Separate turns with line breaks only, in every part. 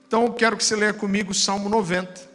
Então eu quero que você leia comigo o Salmo 90.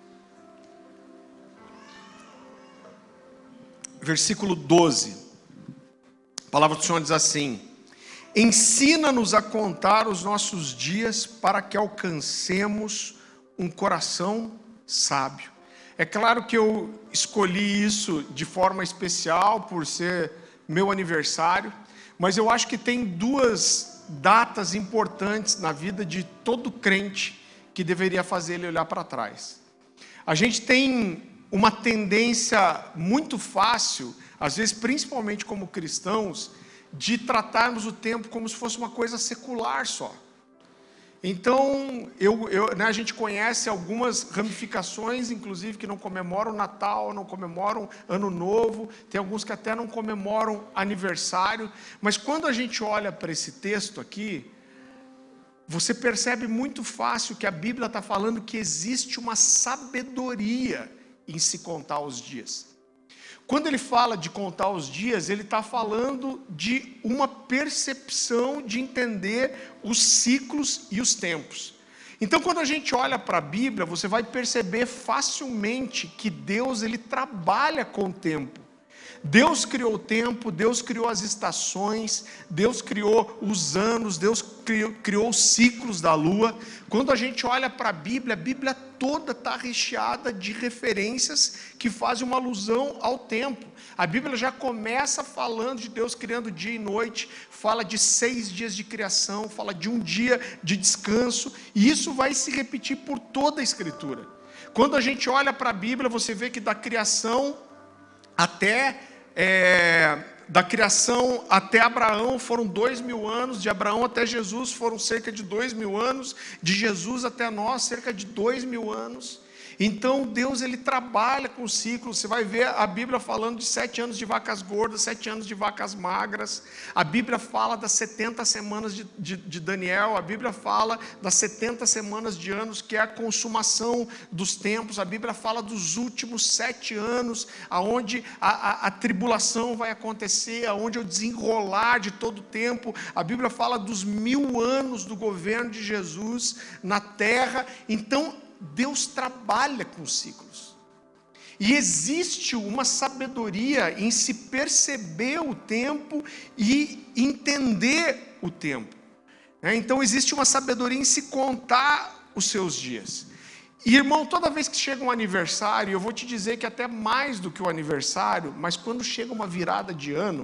Versículo 12. A palavra do Senhor diz assim: ensina-nos a contar os nossos dias para que alcancemos um coração sábio. É claro que eu escolhi isso de forma especial por ser meu aniversário, mas eu acho que tem duas datas importantes na vida de todo crente que deveria fazer ele olhar para trás. A gente tem uma tendência muito fácil, às vezes principalmente como cristãos, de tratarmos o tempo como se fosse uma coisa secular só. Então, a gente conhece algumas ramificações, inclusive, que não comemoram Natal, não comemoram Ano Novo, tem alguns que até não comemoram aniversário, mas quando a gente olha para esse texto aqui, você percebe muito fácil que a Bíblia está falando que existe uma sabedoria em se contar os dias. Quando ele fala de contar os dias, ele está falando de uma percepção de entender os ciclos e os tempos. Então, quando a gente olha para a Bíblia, você vai perceber facilmente que Deus, ele trabalha com o tempo. Deus criou o tempo, Deus criou as estações, Deus criou os anos, Deus criou os ciclos da lua. Quando a gente olha para a Bíblia toda está recheada de referências que fazem uma alusão ao tempo. A Bíblia já começa falando de Deus criando dia e noite, fala de 6 dias de criação, fala de um dia de descanso, e isso vai se repetir por toda a Escritura. Quando a gente olha para a Bíblia, você vê que da criação até Abraão foram 2000 anos, de Abraão até Jesus foram cerca de 2000 anos, de Jesus até nós cerca de 2000 anos. Então Deus, ele trabalha com ciclos. Você vai ver a Bíblia falando de 7 anos de vacas gordas, 7 anos de vacas magras. A Bíblia fala das 70 semanas de Daniel. A Bíblia fala das 70 semanas de anos, que é a consumação dos tempos. A Bíblia fala dos últimos 7 anos, aonde a tribulação vai acontecer, aonde é o desenrolar de todo o tempo. A Bíblia fala dos 1000 anos do governo de Jesus na terra. Então Deus trabalha com ciclos, e existe uma sabedoria em se perceber o tempo e entender o tempo, Então existe uma sabedoria em se contar os seus dias. E irmão, toda vez que chega um aniversário, eu vou te dizer que até mais do que o aniversário, mas quando chega uma virada de ano,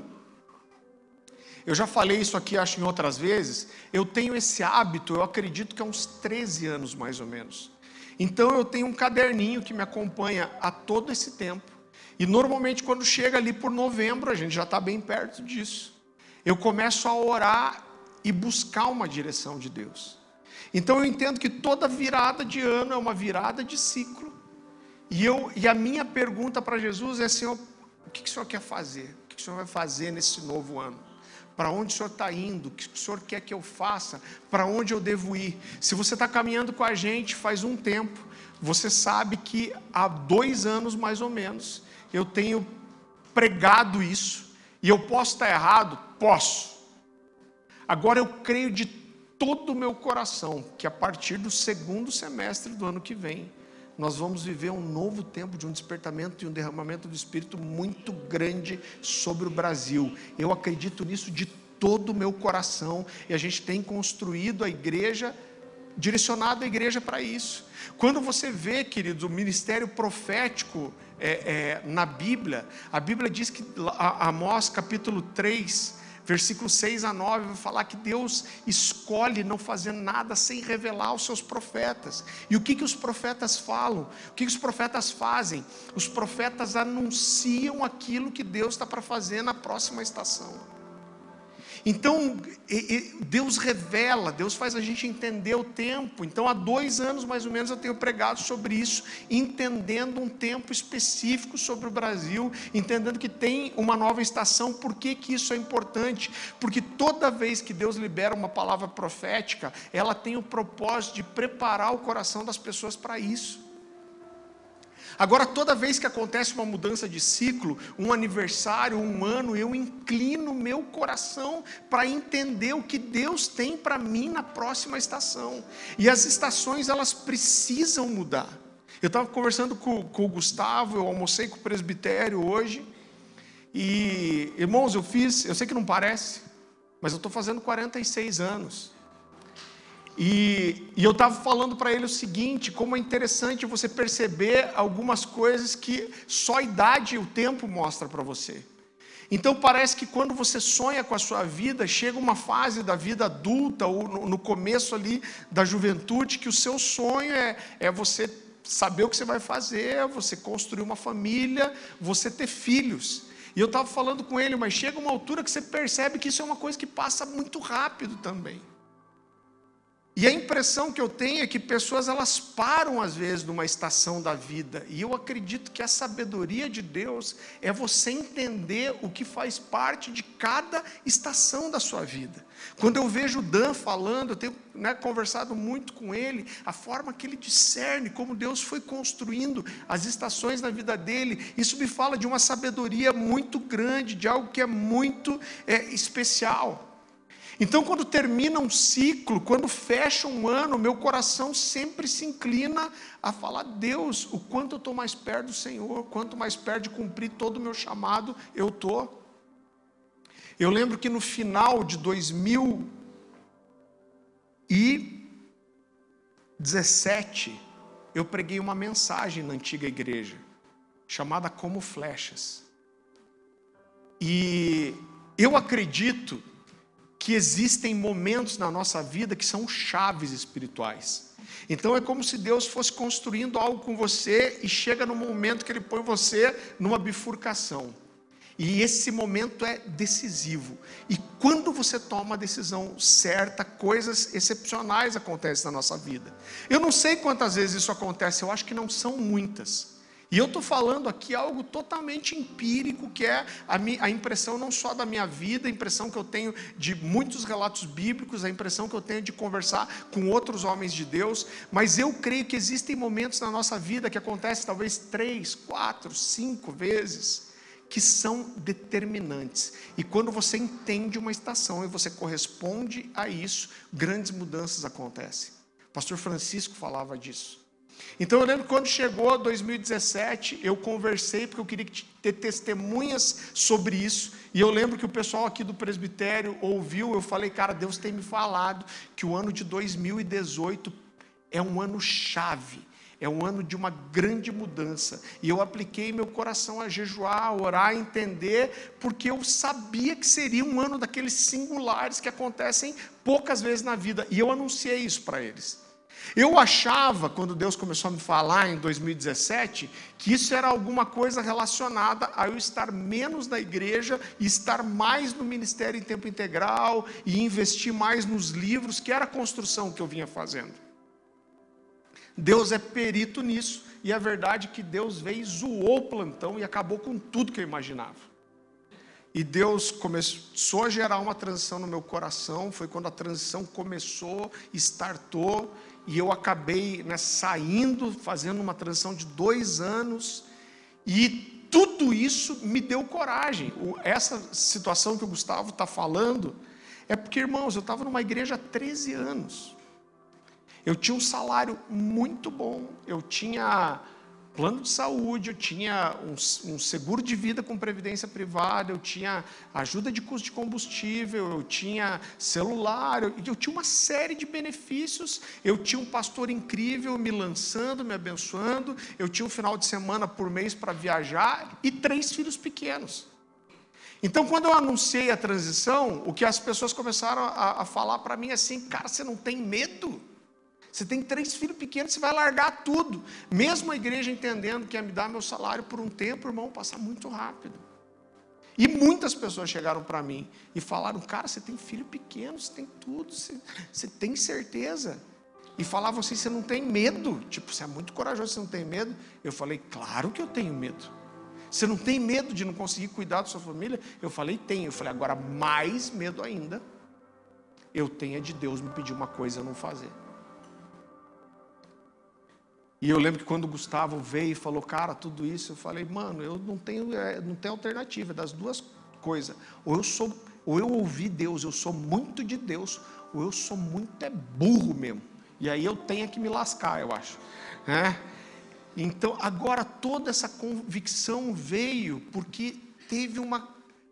eu já falei isso aqui, acho, em outras vezes, eu tenho esse hábito, eu acredito que há uns 13 anos mais ou menos. Então eu tenho um caderninho que me acompanha a todo esse tempo, e normalmente quando chega ali por novembro, a gente já está bem perto disso, eu começo a orar e buscar uma direção de Deus. Então eu entendo que toda virada de ano é uma virada de ciclo, e a minha pergunta para Jesus é: Senhor, o que o Senhor quer fazer? O que o Senhor vai fazer nesse novo ano? Para onde o Senhor está indo? O que o Senhor quer que eu faça? Para onde eu devo ir? Se você está caminhando com a gente faz um tempo, você sabe que há 2 anos mais ou menos, eu tenho pregado isso, e eu posso estar errado? Posso. Agora eu creio de todo o meu coração, que a partir do 2º semestre do ano que vem, nós vamos viver um novo tempo de um despertamento e um derramamento do Espírito muito grande sobre o Brasil. Eu acredito nisso de todo o meu coração, e a gente tem construído a igreja, direcionado a igreja para isso. Quando você vê, queridos, o ministério profético na Bíblia, a Bíblia diz que, Amós capítulo 3, versículos 6 a 9, vai falar que Deus escolhe não fazer nada sem revelar aos seus profetas. E o que os profetas falam? O que os profetas fazem? Os profetas anunciam aquilo que Deus está para fazer na próxima estação. Então, Deus revela, Deus faz a gente entender o tempo. Então, há 2 anos mais ou menos eu tenho pregado sobre isso, entendendo um tempo específico sobre o Brasil, entendendo que tem uma nova estação. Por que isso é importante? Porque toda vez que Deus libera uma palavra profética, ela tem o propósito de preparar o coração das pessoas para isso. Agora, toda vez que acontece uma mudança de ciclo, um aniversário, um ano, eu inclino meu coração para entender o que Deus tem para mim na próxima estação. E as estações, elas precisam mudar. Eu estava conversando com o Gustavo, eu almocei com o presbitério hoje, e, irmãos, eu sei que não parece, mas eu estou fazendo 46 anos. E eu estava falando para ele o seguinte, como é interessante você perceber algumas coisas que só a idade e o tempo mostra para você. Então parece que quando você sonha com a sua vida, chega uma fase da vida adulta, ou no começo ali da juventude, que o seu sonho é você saber o que você vai fazer, você construir uma família, você ter filhos. E eu estava falando com ele, mas chega uma altura que você percebe que isso é uma coisa que passa muito rápido também. E a impressão que eu tenho é que pessoas, elas param às vezes numa estação da vida, e eu acredito que a sabedoria de Deus é você entender o que faz parte de cada estação da sua vida. Quando eu vejo o Dan falando, eu tenho conversado muito com ele, a forma que ele discerne, como Deus foi construindo as estações na vida dele, isso me fala de uma sabedoria muito grande, de algo que é muito especial. Então, quando termina um ciclo, quando fecha um ano, meu coração sempre se inclina a falar: Deus, o quanto eu estou mais perto do Senhor, quanto mais perto de cumprir todo o meu chamado eu estou. Eu lembro que no final de 2017, eu preguei uma mensagem na antiga igreja, chamada Como Flechas. E eu acredito que existem momentos na nossa vida que são chaves espirituais. Então é como se Deus fosse construindo algo com você e chega no momento que Ele põe você numa bifurcação. E esse momento é decisivo. E quando você toma a decisão certa, coisas excepcionais acontecem na nossa vida. Eu não sei quantas vezes isso acontece, eu acho que não são muitas. E eu estou falando aqui algo totalmente empírico, que é a impressão não só da minha vida, a impressão que eu tenho de muitos relatos bíblicos, a impressão que eu tenho de conversar com outros homens de Deus, mas eu creio que existem momentos na nossa vida que acontecem talvez 3, 4, 5 vezes, que são determinantes. E quando você entende uma estação e você corresponde a isso, grandes mudanças acontecem. O pastor Francisco falava disso. Então eu lembro que quando chegou 2017, eu conversei, porque eu queria ter testemunhas sobre isso, e eu lembro que o pessoal aqui do presbitério ouviu, eu falei: cara, Deus tem me falado que o ano de 2018 é um ano chave, é um ano de uma grande mudança, e eu apliquei meu coração a jejuar, a orar, a entender, porque eu sabia que seria um ano daqueles singulares que acontecem poucas vezes na vida, e eu anunciei isso para eles. Eu achava, quando Deus começou a me falar em 2017, que isso era alguma coisa relacionada a eu estar menos na igreja e estar mais no ministério em tempo integral e investir mais nos livros, que era a construção que eu vinha fazendo. Deus é perito nisso, e a verdade é que Deus veio e zoou o plantão e acabou com tudo que eu imaginava. E Deus começou a gerar uma transição no meu coração, foi quando a transição começou, startou, e eu acabei saindo, fazendo uma transição de 2 anos, e tudo isso me deu coragem. Essa situação que o Gustavo está falando, é porque, irmãos, eu estava numa igreja há 13 anos, eu tinha um salário muito bom, eu tinha plano de saúde, eu tinha um seguro de vida com previdência privada, eu tinha ajuda de custo de combustível, eu tinha celular, eu tinha uma série de benefícios, eu tinha um pastor incrível me lançando, me abençoando, eu tinha um final de semana por mês para viajar e 3 filhos pequenos. Então, quando eu anunciei a transição, o que as pessoas começaram a falar para mim assim: cara, você não tem medo? Você tem 3 filhos pequenos, você vai largar tudo. Mesmo a igreja entendendo que ia me dar meu salário por um tempo, irmão, passa muito rápido. E muitas pessoas chegaram para mim e falaram: cara, você tem filho pequeno, você tem tudo, você tem certeza. E falavam assim: você não tem medo? Tipo, você é muito corajoso, você não tem medo? Eu falei: claro que eu tenho medo. Você não tem medo de não conseguir cuidar da sua família? Eu falei: tenho. Eu falei: agora mais medo ainda, eu tenho de Deus me pedir uma coisa e eu não fazer. E eu lembro que quando o Gustavo veio e falou, cara, tudo isso, eu falei, mano, eu não tenho alternativa, das duas coisas. Ou eu ouvi Deus, eu sou muito de Deus, ou eu sou muito burro mesmo. E aí eu tenho que me lascar, eu acho. Então, agora toda essa convicção veio porque teve uma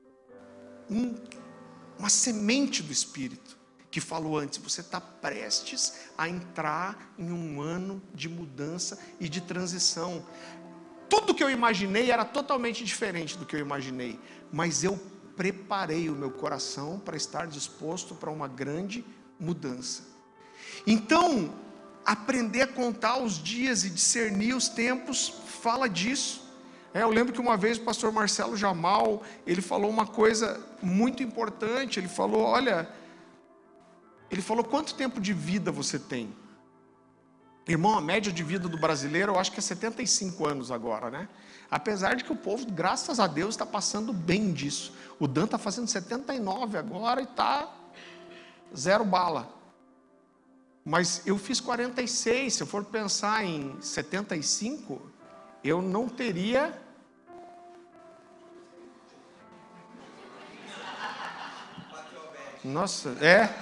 semente do Espírito que falou antes, você está prestes a entrar em um ano de mudança e de transição. Tudo que eu imaginei era totalmente diferente do que eu imaginei, mas eu preparei o meu coração para estar disposto para uma grande mudança. Então, aprender a contar os dias e discernir os tempos fala disso. Eu lembro que uma vez o pastor Marcelo Jamal, ele falou uma coisa muito importante, ele falou, quanto tempo de vida você tem? Irmão, a média de vida do brasileiro, eu acho que é 75 anos agora, né? Apesar de que o povo, graças a Deus, está passando bem disso. O Dan está fazendo 79 agora e está zero bala. Mas eu fiz 46, se eu for pensar em 75, eu não teria... Nossa,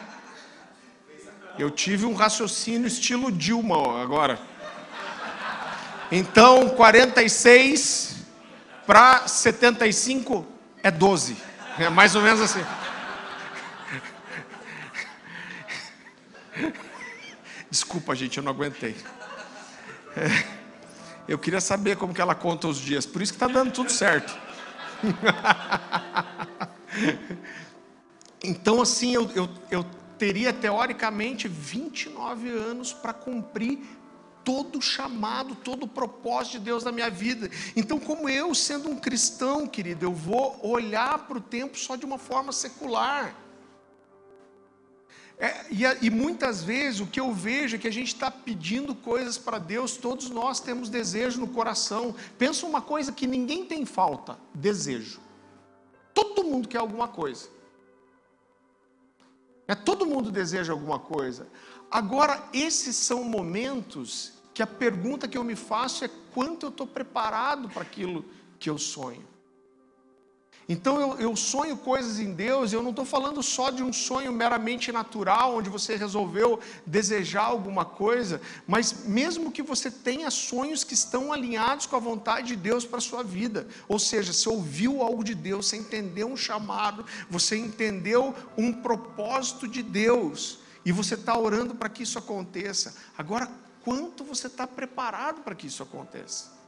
eu tive um raciocínio estilo Dilma agora. Então, 46 para 75 é 12. É mais ou menos assim. Desculpa, gente, eu não aguentei. Eu queria saber como que ela conta os dias. Por isso que está dando tudo certo. Então, assim, eu teria, teoricamente, 29 anos para cumprir todo o chamado, todo o propósito de Deus na minha vida. Então, como eu, sendo um cristão, querido, eu vou olhar para o tempo só de uma forma secular. E muitas vezes o que eu vejo é que a gente está pedindo coisas para Deus, todos nós temos desejo no coração. Pensa uma coisa que ninguém tem falta, desejo. Todo mundo quer alguma coisa. Todo mundo deseja alguma coisa. Agora, esses são momentos que a pergunta que eu me faço é quanto eu estou preparado para aquilo que eu sonho. Então eu sonho coisas em Deus, eu não estou falando só de um sonho meramente natural, onde você resolveu desejar alguma coisa, mas mesmo que você tenha sonhos que estão alinhados com a vontade de Deus para a sua vida, ou seja, você ouviu algo de Deus, você entendeu um chamado, você entendeu um propósito de Deus, e você está orando para que isso aconteça. Agora, quanto você está preparado para que isso aconteça?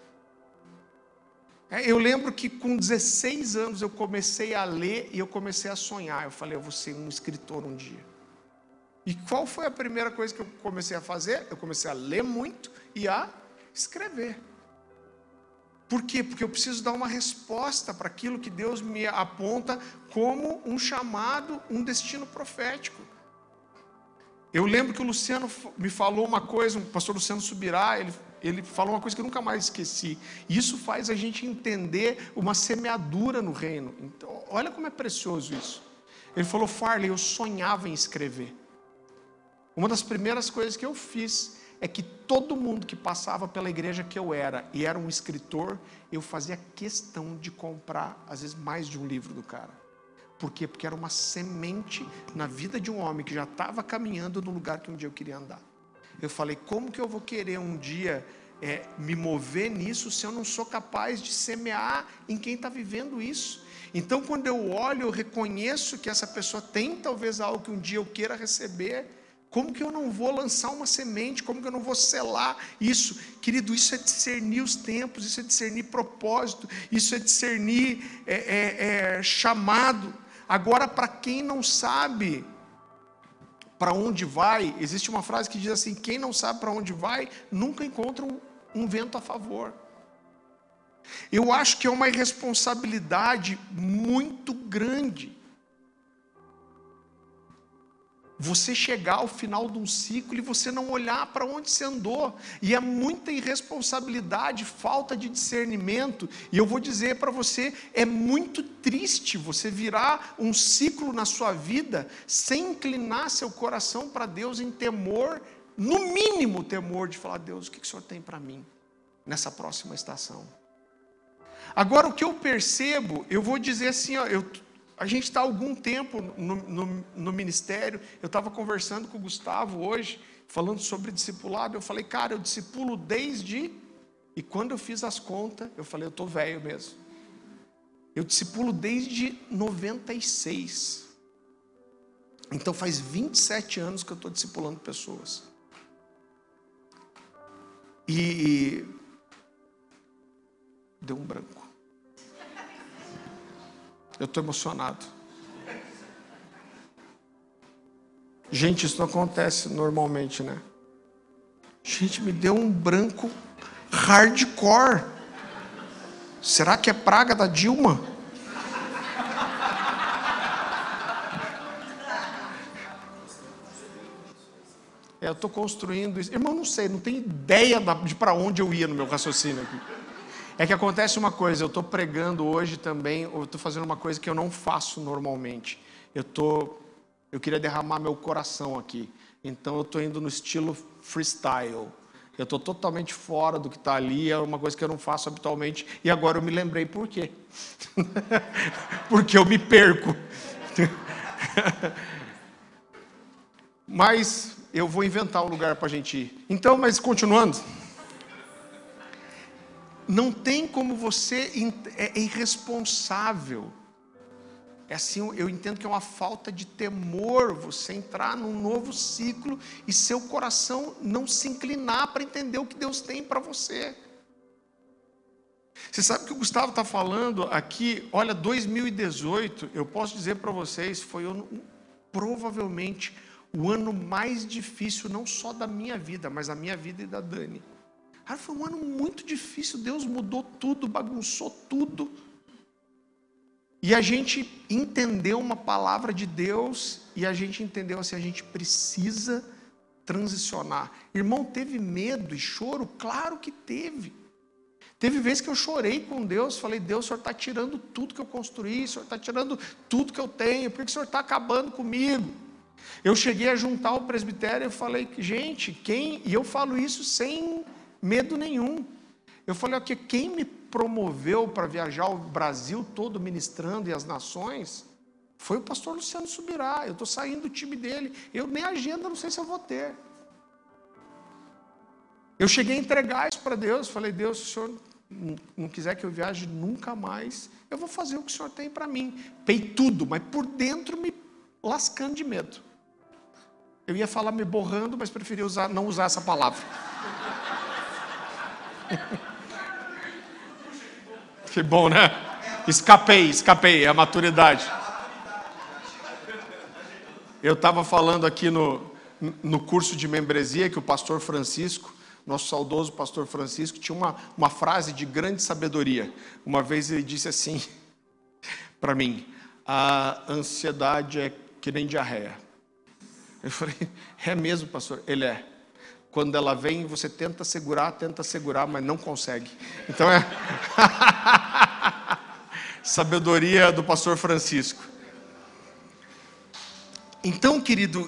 Eu lembro que com 16 anos eu comecei a ler e eu comecei a sonhar. Eu falei, eu vou ser um escritor um dia. E qual foi a primeira coisa que eu comecei a fazer? Eu comecei a ler muito e a escrever. Por quê? Porque eu preciso dar uma resposta para aquilo que Deus me aponta como um chamado, um destino profético. Eu lembro que o Luciano me falou uma coisa, o pastor Luciano Subirá, ele falou uma coisa que eu nunca mais esqueci. Isso faz a gente entender uma semeadura no reino. Então, olha como é precioso isso. Ele falou, Farley, eu sonhava em escrever. Uma das primeiras coisas que eu fiz é que todo mundo que passava pela igreja que eu era e era um escritor, eu fazia questão de comprar, às vezes, mais de um livro do cara. Por quê? Porque era uma semente na vida de um homem que já estava caminhando no lugar que um dia eu queria andar. Eu falei, como que eu vou querer um dia me mover nisso se eu não sou capaz de semear em quem está vivendo isso? Então, quando eu olho, eu reconheço que essa pessoa tem talvez algo que um dia eu queira receber. Como que eu não vou lançar uma semente? Como que eu não vou selar isso? Querido, isso é discernir os tempos, isso é discernir propósito, isso é discernir chamado. Agora, para quem não sabe para onde vai, existe uma frase que diz assim, quem não sabe para onde vai, nunca encontra um vento a favor. Eu acho que é uma irresponsabilidade muito grande você chegar ao final de um ciclo e você não olhar para onde você andou, e é muita irresponsabilidade, falta de discernimento, e eu vou dizer para você, é muito triste você virar um ciclo na sua vida, sem inclinar seu coração para Deus em temor no mínimo, o temor de falar: Deus, o que o Senhor tem para mim nessa próxima estação? Agora, o que eu percebo, eu vou dizer assim, ó, a gente está há algum tempo no ministério. Eu estava conversando com o Gustavo hoje, falando sobre discipulado. Eu falei: cara, eu discipulo desde... E quando eu fiz as contas, eu falei: eu estou velho mesmo. Eu discipulo desde 96. Então faz 27 anos que eu estou discipulando pessoas. E deu um branco. Eu estou emocionado. Gente, isso não acontece normalmente, né? Gente, me deu um branco hardcore. Será que é praga da Dilma? Eu estou construindo isso. Irmão, não sei, não tenho ideia de para onde eu ia no meu raciocínio aqui. É que acontece uma coisa, eu estou pregando hoje também, eu estou fazendo uma coisa que eu não faço normalmente. Eu queria derramar meu coração aqui. Então eu estou indo no estilo freestyle. Eu estou totalmente fora do que está ali, é uma coisa que eu não faço habitualmente. E agora eu me lembrei por quê. Porque eu me perco. Mas eu vou inventar um lugar para a gente ir. Então, mas continuando. Não tem como você... É irresponsável. É assim, eu entendo que é uma falta de temor você entrar num novo ciclo e seu coração não se inclinar para entender o que Deus tem para você. Você sabe que o Gustavo está falando aqui, olha, 2018, eu posso dizer para vocês, foi provavelmente o ano mais difícil, não só da minha vida, mas da minha vida e da Dani. Cara, foi um ano muito difícil, Deus mudou tudo, bagunçou tudo. E a gente entendeu uma palavra de Deus, e a gente entendeu assim, a gente precisa transicionar. Irmão, teve medo e choro? Claro que teve. Teve vezes que eu chorei com Deus, falei: Deus, o Senhor está tirando tudo que eu construí, o Senhor está tirando tudo que eu tenho, por que o Senhor está acabando comigo? Eu cheguei a juntar o presbitério e falei: gente, e eu falo isso sem medo nenhum. Eu falei: ok, quem me promoveu para viajar o Brasil todo ministrando e as nações foi o pastor Luciano Subirá. Eu estou saindo do time dele, eu nem agenda não sei se eu vou ter. Eu cheguei a entregar isso para Deus, falei: Deus, se o Senhor não quiser que eu viaje nunca mais, eu vou fazer o que o Senhor tem para mim. Peitudo, mas por dentro me lascando de medo. Eu ia falar me borrando, mas preferi não usar essa palavra. Que bom, né? Escapei, é a maturidade. Eu estava falando aqui no curso de membresia que o pastor Francisco, nosso saudoso pastor Francisco, tinha uma frase de grande sabedoria. Uma vez ele disse assim para mim: a ansiedade é que nem diarreia. Eu falei: é mesmo, pastor? Ele é. Quando ela vem, você tenta segurar, mas não consegue. Então é sabedoria do pastor Francisco. Então, querido,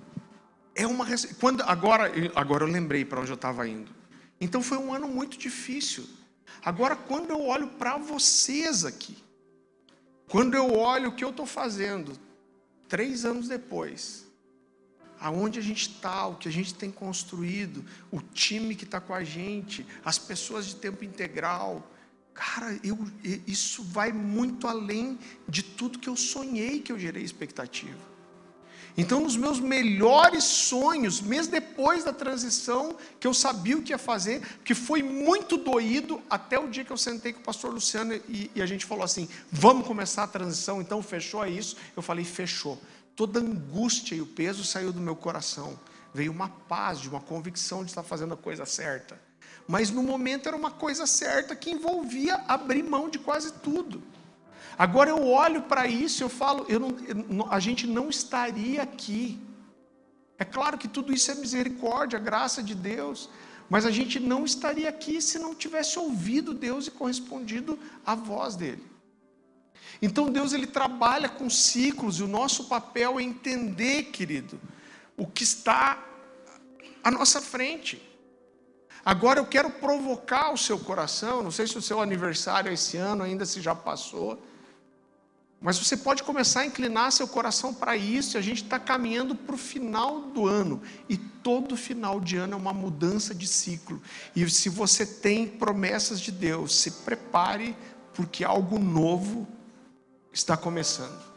agora eu lembrei para onde eu estava indo. Então foi um ano muito difícil. Agora, quando eu olho para vocês aqui, quando eu olho o que eu estou fazendo 3 anos depois, aonde a gente está, o que a gente tem construído, o time que está com a gente, as pessoas de tempo integral, cara, isso vai muito além de tudo que eu sonhei, que eu gerei expectativa. Então, nos meus melhores sonhos, mês depois da transição, que eu sabia o que ia fazer, que foi muito doído, até o dia que eu sentei com o pastor Luciano e a gente falou assim: vamos começar a transição, então fechou, é isso? Eu falei: fechou. Toda a angústia e o peso saiu do meu coração. Veio uma paz, de uma convicção de estar fazendo a coisa certa. Mas no momento era uma coisa certa que envolvia abrir mão de quase tudo. Agora eu olho para isso e eu falo: a gente não estaria aqui. É claro que tudo isso é misericórdia, graça de Deus. Mas a gente não estaria aqui se não tivesse ouvido Deus e correspondido à voz dele. Então Deus, ele trabalha com ciclos, e o nosso papel é entender, querido, o que está à nossa frente. Agora eu quero provocar o seu coração, não sei se o seu aniversário é esse ano, ainda se já passou, mas você pode começar a inclinar seu coração para isso, e a gente está caminhando para o final do ano, e todo final de ano é uma mudança de ciclo, e se você tem promessas de Deus, se prepare, porque algo novo está começando.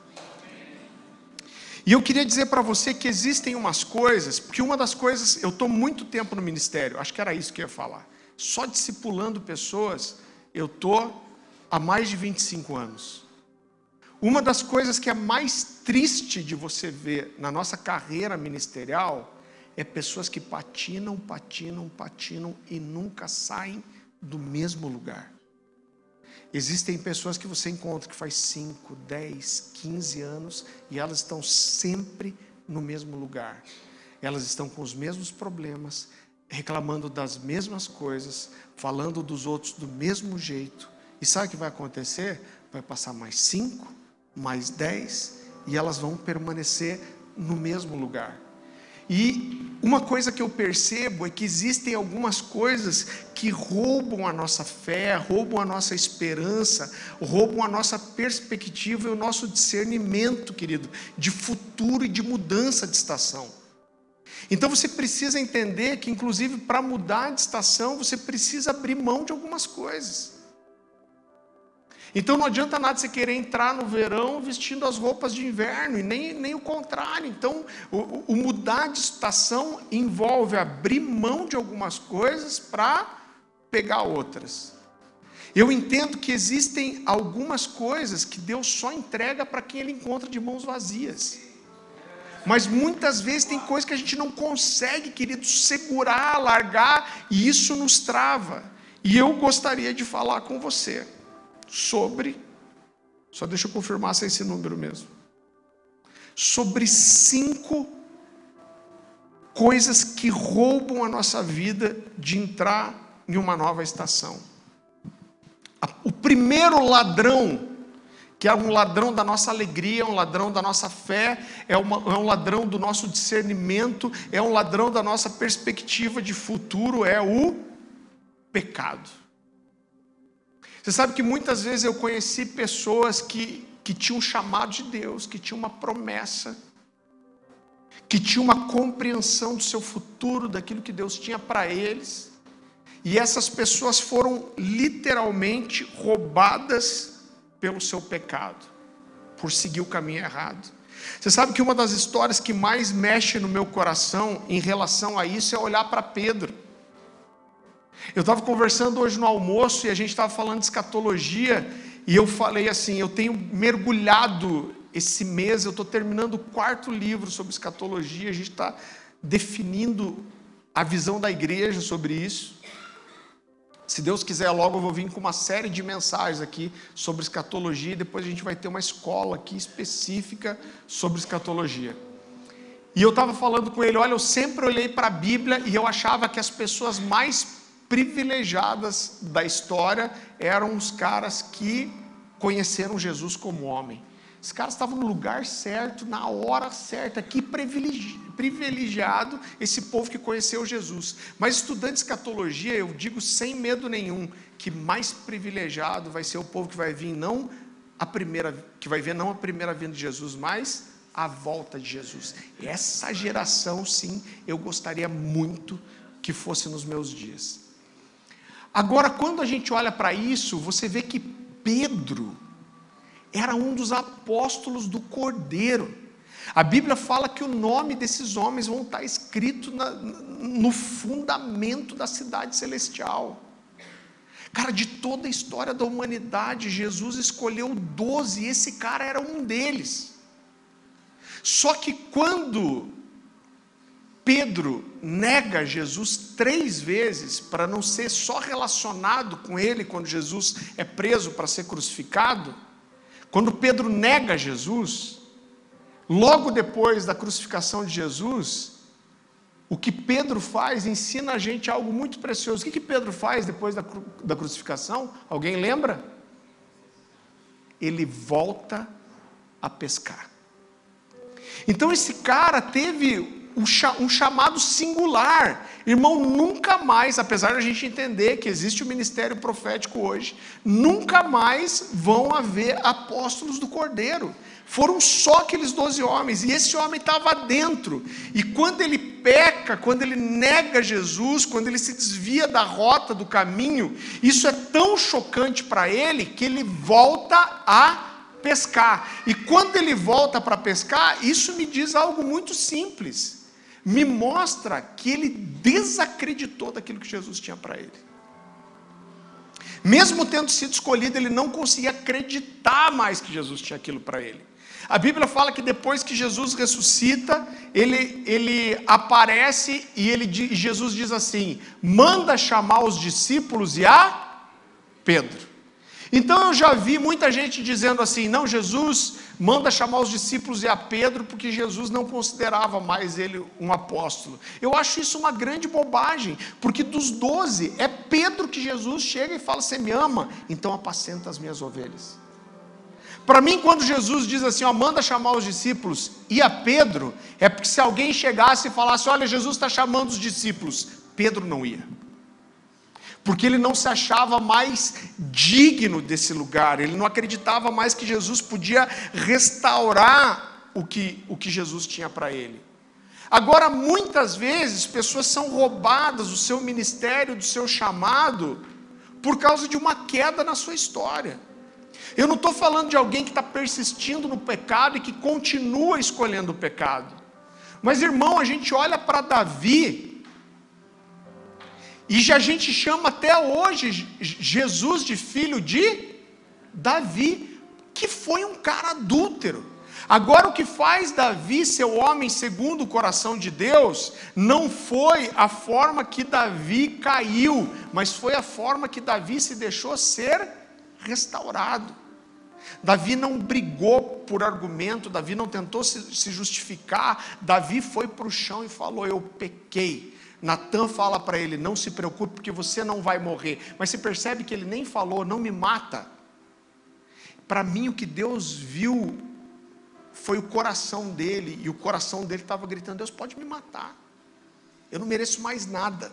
E eu queria dizer para você que existem umas coisas, porque uma das coisas, eu estou muito tempo no ministério, acho que era isso que eu ia falar, só discipulando pessoas, eu estou há mais de 25 anos. Uma das coisas que é mais triste de você ver na nossa carreira ministerial, é pessoas que patinam e nunca saem do mesmo lugar. Existem pessoas que você encontra que faz 5, 10, 15 anos e elas estão sempre no mesmo lugar. Elas estão com os mesmos problemas, reclamando das mesmas coisas, falando dos outros do mesmo jeito. E sabe o que vai acontecer? Vai passar mais 5, mais 10 e elas vão permanecer no mesmo lugar. E uma coisa que eu percebo é que existem algumas coisas que roubam a nossa fé, roubam a nossa esperança, roubam a nossa perspectiva e o nosso discernimento, querido, de futuro e de mudança de estação. Então você precisa entender que, inclusive, para mudar de estação, você precisa abrir mão de algumas coisas. Então não adianta nada você querer entrar no verão vestindo as roupas de inverno, e nem o contrário. Então o mudar de estação envolve abrir mão de algumas coisas para pegar outras. Eu entendo que existem algumas coisas que Deus só entrega para quem Ele encontra de mãos vazias. Mas muitas vezes tem coisas que a gente não consegue, querido, segurar, largar, e isso nos trava. E eu gostaria de falar com você sobre, só deixa eu confirmar se é esse número mesmo, sobre 5 coisas que roubam a nossa vida de entrar em uma nova estação. O primeiro ladrão, que é um ladrão da nossa alegria, é um ladrão da nossa fé, é um ladrão do nosso discernimento, é um ladrão da nossa perspectiva de futuro, é o pecado. Você sabe que muitas vezes eu conheci pessoas que tinham um chamado de Deus, que tinham uma promessa, que tinham uma compreensão do seu futuro, daquilo que Deus tinha para eles, e essas pessoas foram literalmente roubadas pelo seu pecado, por seguir o caminho errado. Você sabe que uma das histórias que mais mexe no meu coração em relação a isso é olhar para Pedro. Eu estava conversando hoje no almoço e a gente estava falando de escatologia, e eu falei assim, eu tenho mergulhado esse mês, eu estou terminando o 4º livro sobre escatologia, a gente está definindo a visão da igreja sobre isso. Se Deus quiser, logo eu vou vir com uma série de mensagens aqui sobre escatologia, e depois a gente vai ter uma escola aqui específica sobre escatologia. E eu estava falando com ele, olha, eu sempre olhei para a Bíblia e eu achava que as pessoas mais privilegiadas da história eram os caras que conheceram Jesus como homem. Os caras estavam no lugar certo, na hora certa. Que privilegiado esse povo que conheceu Jesus. Mas estudando escatologia, eu digo sem medo nenhum, que mais privilegiado vai ser o povo que vai vir não a primeira vinda de Jesus, mas a volta de Jesus. Essa geração, sim, eu gostaria muito que fosse nos meus dias. Agora, quando a gente olha para isso, você vê que Pedro era um dos apóstolos do Cordeiro. A Bíblia fala que o nome desses homens vão estar escrito no fundamento da cidade celestial. Cara, de toda a história da humanidade, Jesus escolheu 12, e esse cara era um deles. Só que quando Pedro nega Jesus 3 vezes, para não ser só relacionado com ele quando Jesus é preso para ser crucificado, quando Pedro nega Jesus, logo depois da crucificação de Jesus, o que Pedro faz ensina a gente algo muito precioso. O que Pedro faz depois da crucificação? Alguém lembra? Ele volta a pescar. Então esse cara teve um chamado singular. Irmão, nunca mais, apesar de a gente entender que existe o ministério profético hoje, nunca mais vão haver apóstolos do Cordeiro. Foram só aqueles 12 homens, e esse homem estava dentro, e quando ele peca, quando ele nega Jesus, quando ele se desvia da rota, do caminho, isso é tão chocante para ele, que ele volta a pescar, e quando ele volta para pescar, isso me diz algo muito simples, me mostra que ele desacreditou daquilo que Jesus tinha para ele. Mesmo tendo sido escolhido, ele não conseguia acreditar mais que Jesus tinha aquilo para ele. A Bíblia fala que depois que Jesus ressuscita, ele aparece e Jesus diz assim: manda chamar os discípulos e a Pedro. Então eu já vi muita gente dizendo assim: não, Jesus manda chamar os discípulos e a Pedro, porque Jesus não considerava mais ele um apóstolo. Eu acho isso uma grande bobagem, porque dos 12, é Pedro que Jesus chega e fala: você me ama? Então apacenta as minhas ovelhas. Para mim, quando Jesus diz assim, ó, manda chamar os discípulos e a Pedro, é porque se alguém chegasse e falasse: olha, Jesus está chamando os discípulos, Pedro não ia. Porque ele não se achava mais digno desse lugar, ele não acreditava mais que Jesus podia restaurar o que Jesus tinha para ele. Agora, muitas vezes, pessoas são roubadas do seu ministério, do seu chamado, por causa de uma queda na sua história. Eu não estou falando de alguém que está persistindo no pecado e que continua escolhendo o pecado. Mas, irmão, a gente olha para Davi, e a gente chama até hoje Jesus de filho de Davi, que foi um cara adúltero. Agora, o que faz Davi ser o homem segundo o coração de Deus, não foi a forma que Davi caiu, mas foi a forma que Davi se deixou ser restaurado. Davi não brigou por argumento, Davi não tentou se justificar, Davi foi para o chão e falou: eu pequei. Natan fala para ele: não se preocupe, porque você não vai morrer. Mas você percebe que ele nem falou: não me mata. Para mim, o que Deus viu foi o coração dele, e o coração dele estava gritando: Deus pode me matar, eu não mereço mais nada.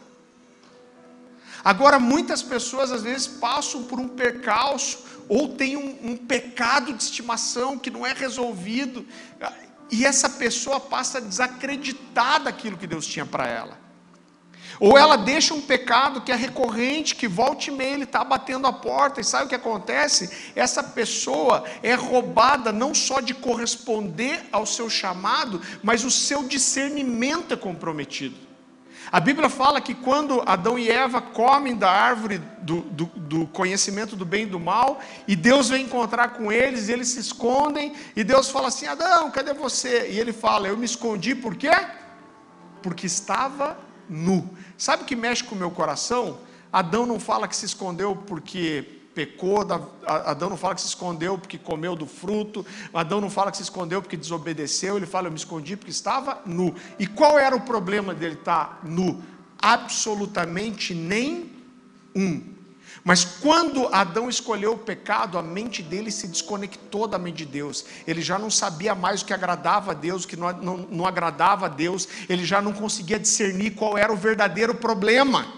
Agora, muitas pessoas às vezes passam por um percalço, ou tem um pecado de estimação que não é resolvido, e essa pessoa passa a desacreditar daquilo que Deus tinha para ela. Ou ela deixa um pecado que é recorrente, que volta e meia ele está batendo a porta, e sabe o que acontece? Essa pessoa é roubada não só de corresponder ao seu chamado, mas o seu discernimento é comprometido. A Bíblia fala que quando Adão e Eva comem da árvore do conhecimento do bem e do mal, e Deus vem encontrar com eles, e eles se escondem, e Deus fala assim: Adão, cadê você? E ele fala: eu me escondi, por quê? Porque estava nu. Sabe o que mexe com o meu coração? Adão não fala que se escondeu porque pecou, Adão não fala que se escondeu porque comeu do fruto, Adão não fala que se escondeu porque desobedeceu, ele fala: eu me escondi porque estava nu. E qual era o problema dele estar nu? Absolutamente nenhum. Mas quando Adão escolheu o pecado, a mente dele se desconectou da mente de Deus. Ele já não sabia mais o que agradava a Deus, o que não agradava a Deus. Ele já não conseguia discernir qual era o verdadeiro problema.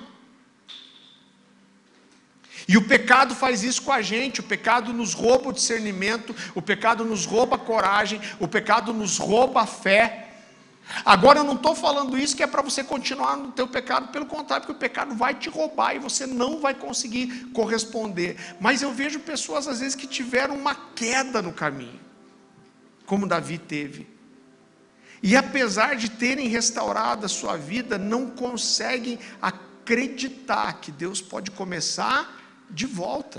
E o pecado faz isso com a gente. O pecado nos rouba o discernimento, o pecado nos rouba a coragem, o pecado nos rouba a fé. Agora, eu não estou falando isso que é para você continuar no teu pecado, pelo contrário, porque o pecado vai te roubar e você não vai conseguir corresponder. Mas eu vejo pessoas às vezes que tiveram uma queda no caminho, como Davi teve, e apesar de terem restaurado a sua vida, não conseguem acreditar que Deus pode começar de volta.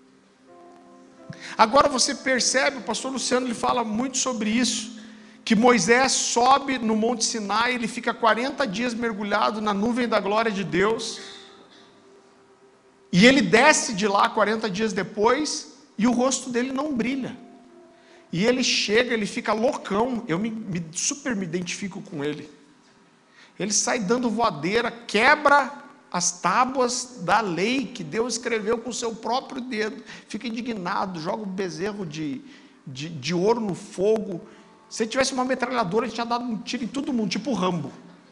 Agora você percebe, o pastor Luciano ele fala muito sobre isso, que Moisés sobe no Monte Sinai, ele fica 40 dias mergulhado na nuvem da glória de Deus, e ele desce de lá 40 dias depois, e o rosto dele não brilha, e ele chega, ele fica loucão. Eu super me identifico com ele. Ele sai dando voadeira, quebra as tábuas da lei que Deus escreveu com o seu próprio dedo, fica indignado, joga um bezerro de ouro no fogo, Se tivesse uma metralhadora, a gente tinha dado um tiro em todo mundo, tipo o Rambo.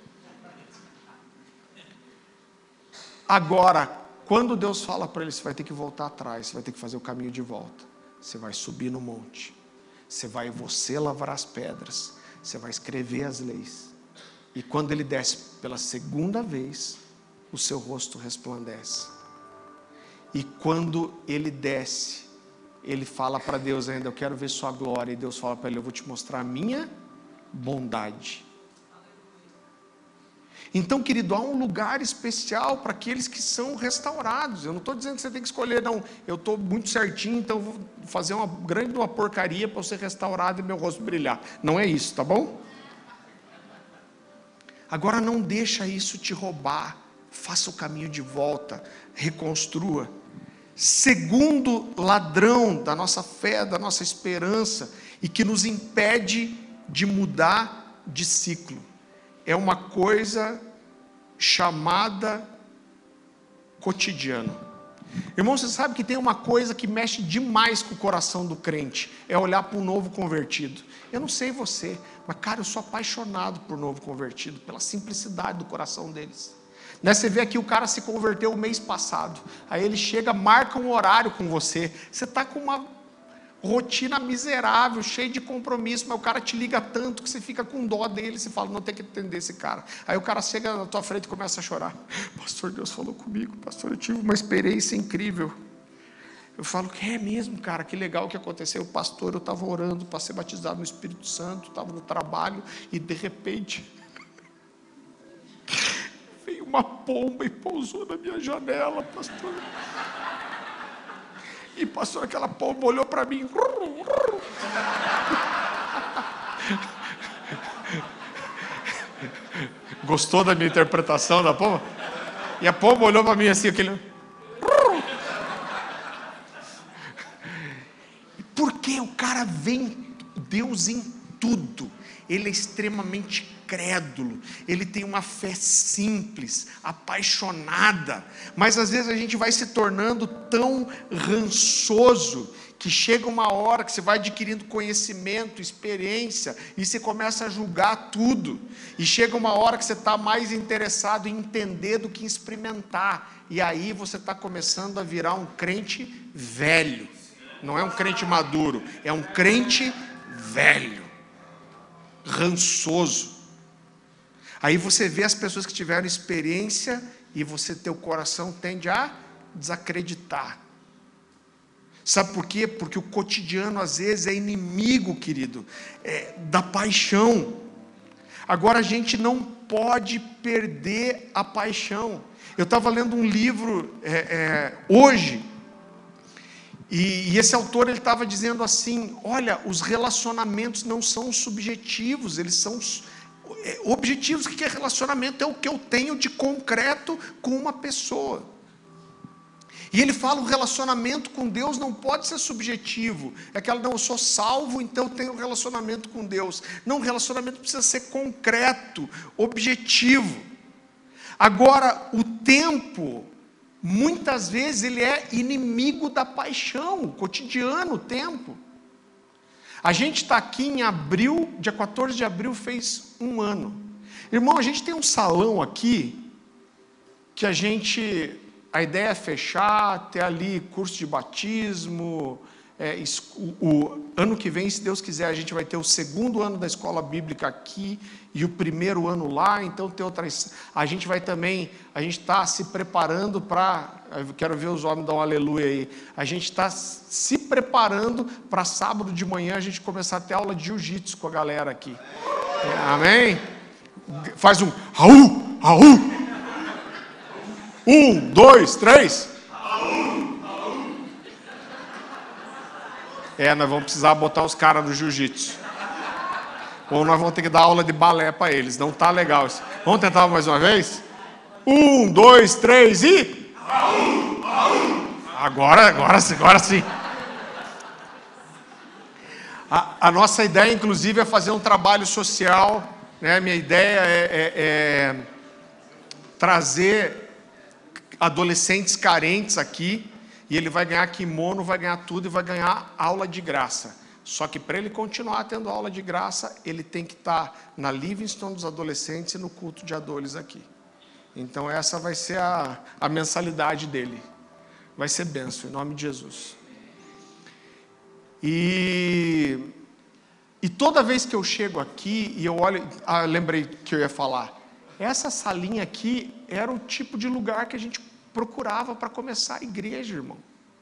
Agora, quando Deus fala para ele, você vai ter que voltar atrás, você vai ter que fazer o caminho de volta. Você vai subir no monte. Você lavrar as pedras. Você vai escrever as leis. E quando ele desce pela segunda vez, o seu rosto resplandece. E quando ele desce, ele fala para Deus ainda, eu quero ver sua glória. E Deus fala para ele, eu vou te mostrar a minha bondade. Então, querido, há um lugar especial para aqueles que são restaurados. Eu não estou dizendo que você tem que escolher, não. Eu estou muito certinho, então vou fazer uma grande porcaria para eu ser restaurado e meu rosto brilhar. Não é isso, tá bom? Agora não deixa isso te roubar. Faça o caminho de volta. Reconstrua. Segundo ladrão da nossa fé, da nossa esperança, e que nos impede de mudar de ciclo. É uma coisa chamada cotidiano. Irmão, você sabe que tem uma coisa que mexe demais com o coração do crente, é olhar para um novo convertido. Eu não sei você, mas cara, eu sou apaixonado por novo convertido, pela simplicidade do coração deles. Né? Você vê aqui, o cara se converteu o mês passado, aí ele chega, marca um horário com você, você está com uma rotina miserável, cheia de compromisso, mas o cara te liga tanto que você fica com dó dele, você fala, não tem que atender esse cara. Aí o cara chega na tua frente e começa a chorar. Pastor, Deus falou comigo, pastor, eu tive uma experiência incrível. Eu falo, que é mesmo, cara, que legal que aconteceu. Pastor, eu estava orando para ser batizado no Espírito Santo, estava no trabalho, e de repente, veio uma pomba e pousou na minha janela, pastor. E pastor, aquela pomba olhou para mim. Gostou da minha interpretação da pomba? E a pomba olhou para mim assim, aquele... Porque o cara vê Deus em tudo. Ele é extremamente crédulo, ele tem uma fé simples, apaixonada, mas às vezes a gente vai se tornando tão rançoso, que chega uma hora que você vai adquirindo conhecimento, experiência, e você começa a julgar tudo, e chega uma hora que você está mais interessado em entender do que em experimentar, e aí você está começando a virar um crente velho, não é um crente maduro, é um crente velho, rançoso. Aí você vê as pessoas que tiveram experiência e teu coração tende a desacreditar. Sabe por quê? Porque o cotidiano às vezes é inimigo, querido, da paixão. Agora a gente não pode perder a paixão. Eu estava lendo um livro hoje, e esse autor ele estava dizendo assim, olha, os relacionamentos não são subjetivos, eles são objetivos. O que é relacionamento? É o que eu tenho de concreto com uma pessoa. E ele fala, o relacionamento com Deus não pode ser subjetivo. É aquela, não, eu sou salvo, então eu tenho um relacionamento com Deus. Não, o relacionamento precisa ser concreto, objetivo. Agora, o tempo, muitas vezes ele é inimigo da paixão, o cotidiano, o tempo. A gente está aqui em abril, dia 14 de abril fez 1 ano. Irmão, a gente tem um salão aqui, que a ideia é fechar, ter ali curso de batismo. O ano que vem, se Deus quiser, a gente vai ter o 2º ano da escola bíblica aqui, e o 1º ano lá, então tem outras. A gente está se preparando para, eu quero ver os homens dar um aleluia aí, a gente está se preparando para sábado de manhã a gente começar a ter aula de jiu-jitsu com a galera aqui. Amém? Faz um Raul, Raul. 1, 2, 3. Nós vamos precisar botar os caras no jiu-jitsu. Ou nós vamos ter que dar aula de balé para eles. Não está legal isso. Vamos tentar mais uma vez? 1, 2, 3 e... Agora sim. A nossa ideia, inclusive, é fazer um trabalho social. Né? Minha ideia é trazer adolescentes carentes aqui. E ele vai ganhar kimono, vai ganhar tudo e vai ganhar aula de graça. Só que para ele continuar tendo aula de graça, ele tem que estar na Livingston dos adolescentes e no culto de adolescentes aqui. Então essa vai ser a mensalidade dele. Vai ser bênção, em nome de Jesus. E toda vez que eu chego aqui e eu olho, lembrei que eu ia falar, essa salinha aqui era o tipo de lugar que a gente procurava para começar a igreja, irmão.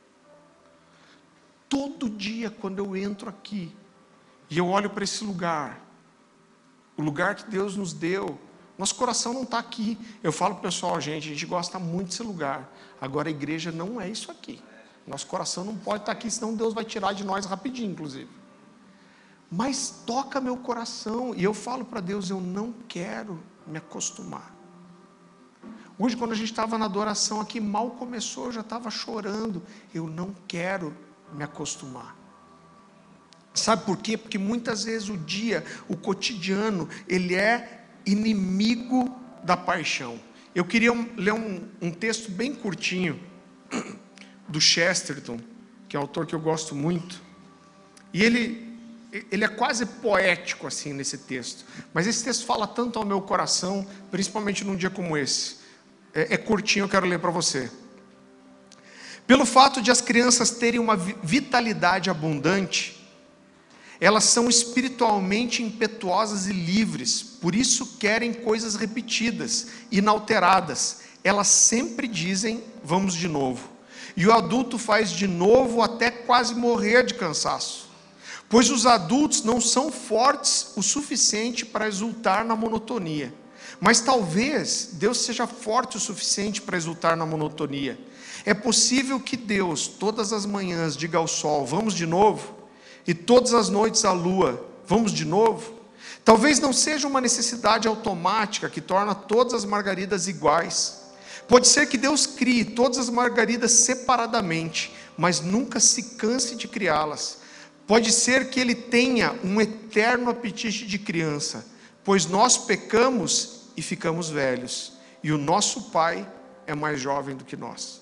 Todo dia quando eu entro aqui e eu olho para esse lugar, o lugar que Deus nos deu, nosso coração não está aqui. Eu falo para o pessoal, a gente gosta muito desse lugar. Agora a igreja não é isso aqui. Nosso coração não pode estar aqui, senão Deus vai tirar de nós rapidinho, inclusive. Mas toca meu coração, e eu falo para Deus, eu não quero me acostumar. Hoje, quando a gente estava na adoração aqui, mal começou, eu já estava chorando. Eu não quero me acostumar. Sabe por quê? Porque muitas vezes o cotidiano, ele é inimigo da paixão. Eu queria ler um texto bem curtinho, do Chesterton, que é um autor que eu gosto muito, e ele é quase poético assim nesse texto, mas esse texto fala tanto ao meu coração, principalmente num dia como esse. É curtinho, eu quero ler para você. Pelo fato de as crianças terem uma vitalidade abundante, elas são espiritualmente impetuosas e livres, por isso querem coisas repetidas, inalteradas. Elas sempre dizem, vamos de novo. E o adulto faz de novo até quase morrer de cansaço. Pois os adultos não são fortes o suficiente para exultar na monotonia. Mas talvez Deus seja forte o suficiente para exultar na monotonia. É possível que Deus, todas as manhãs, diga ao sol, vamos de novo? E todas as noites à lua, vamos de novo? Talvez não seja uma necessidade automática que torna todas as margaridas iguais. Pode ser que Deus crie todas as margaridas separadamente, mas nunca se canse de criá-las. Pode ser que Ele tenha um eterno apetite de criança, pois nós pecamos e ficamos velhos, e o nosso Pai é mais jovem do que nós.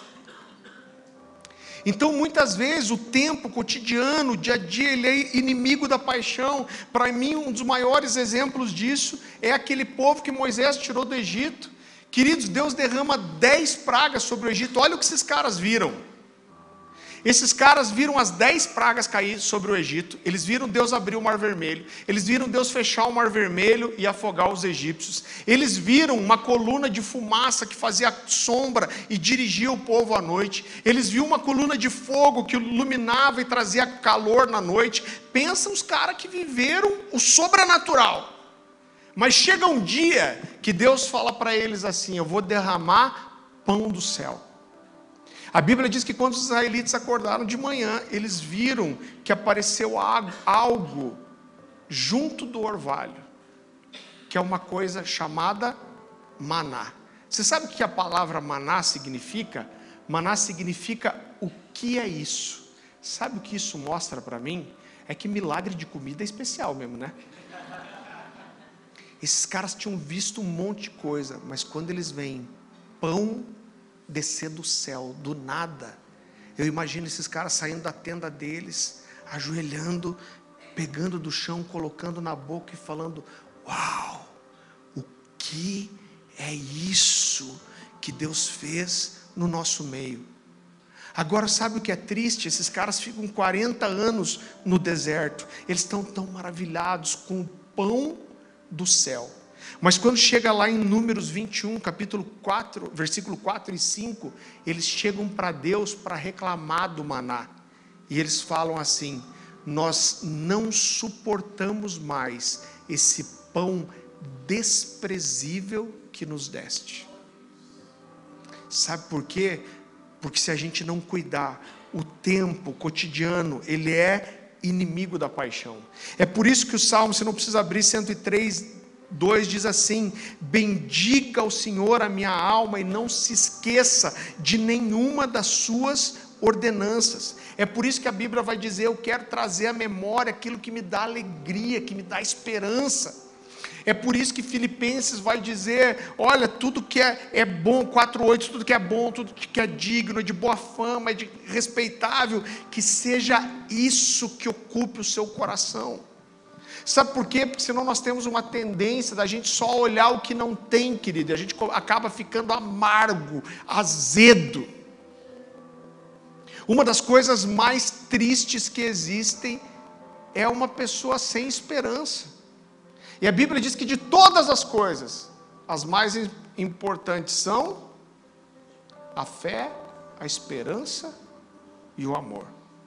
Então, muitas vezes, o tempo cotidiano, o dia a dia, ele é inimigo da paixão. Para mim, um dos maiores exemplos disso é aquele povo que Moisés tirou do Egito. Queridos, Deus derrama 10 pragas sobre o Egito. Olha o que esses caras viram. Esses caras viram as 10 pragas cair sobre o Egito. Eles viram Deus abrir o mar vermelho. Eles viram Deus fechar o mar vermelho e afogar os egípcios. Eles viram uma coluna de fumaça que fazia sombra e dirigia o povo à noite. Eles viram uma coluna de fogo que iluminava e trazia calor na noite. Pensa os caras que viveram o sobrenatural. Mas chega um dia que Deus fala para eles assim, eu vou derramar pão do céu. A Bíblia diz que quando os israelitas acordaram de manhã, eles viram que apareceu algo junto do orvalho, que é uma coisa chamada maná. Você sabe o que a palavra maná significa? Maná significa o que é isso? Sabe o que isso mostra para mim? É que milagre de comida é especial mesmo, né? Esses caras tinham visto um monte de coisa, mas quando eles veem pão descer do céu, do nada, eu imagino esses caras saindo da tenda deles, ajoelhando, pegando do chão, colocando na boca e falando, uau, o que é isso que Deus fez no nosso meio? Agora sabe o que é triste? Esses caras ficam 40 anos no deserto, eles estão tão maravilhados com o pão do céu. Mas quando chega lá em Números 21, capítulo 4, versículo 4 e 5, eles chegam para Deus para reclamar do maná. E eles falam assim, nós não suportamos mais esse pão desprezível que nos deste. Sabe por quê? Porque se a gente não cuidar, o tempo cotidiano, ele é inimigo da paixão. É por isso que o Salmo, você não precisa abrir 103, 2 diz assim, bendiga ao Senhor a minha alma e não se esqueça de nenhuma das suas ordenanças. É por isso que a Bíblia vai dizer, eu quero trazer à memória aquilo que me dá alegria, que me dá esperança. É por isso que Filipenses vai dizer, olha, tudo que é bom, 4:8, tudo que é bom, tudo que é digno, de boa fama, de respeitável, que seja isso que ocupe o seu coração. Sabe por quê? Porque senão nós temos uma tendência da gente só olhar o que não tem, querido, e a gente acaba ficando amargo, azedo. Uma das coisas mais tristes que existem é uma pessoa sem esperança. E a Bíblia diz que de todas as coisas, as mais importantes são a fé, a esperança e o amor.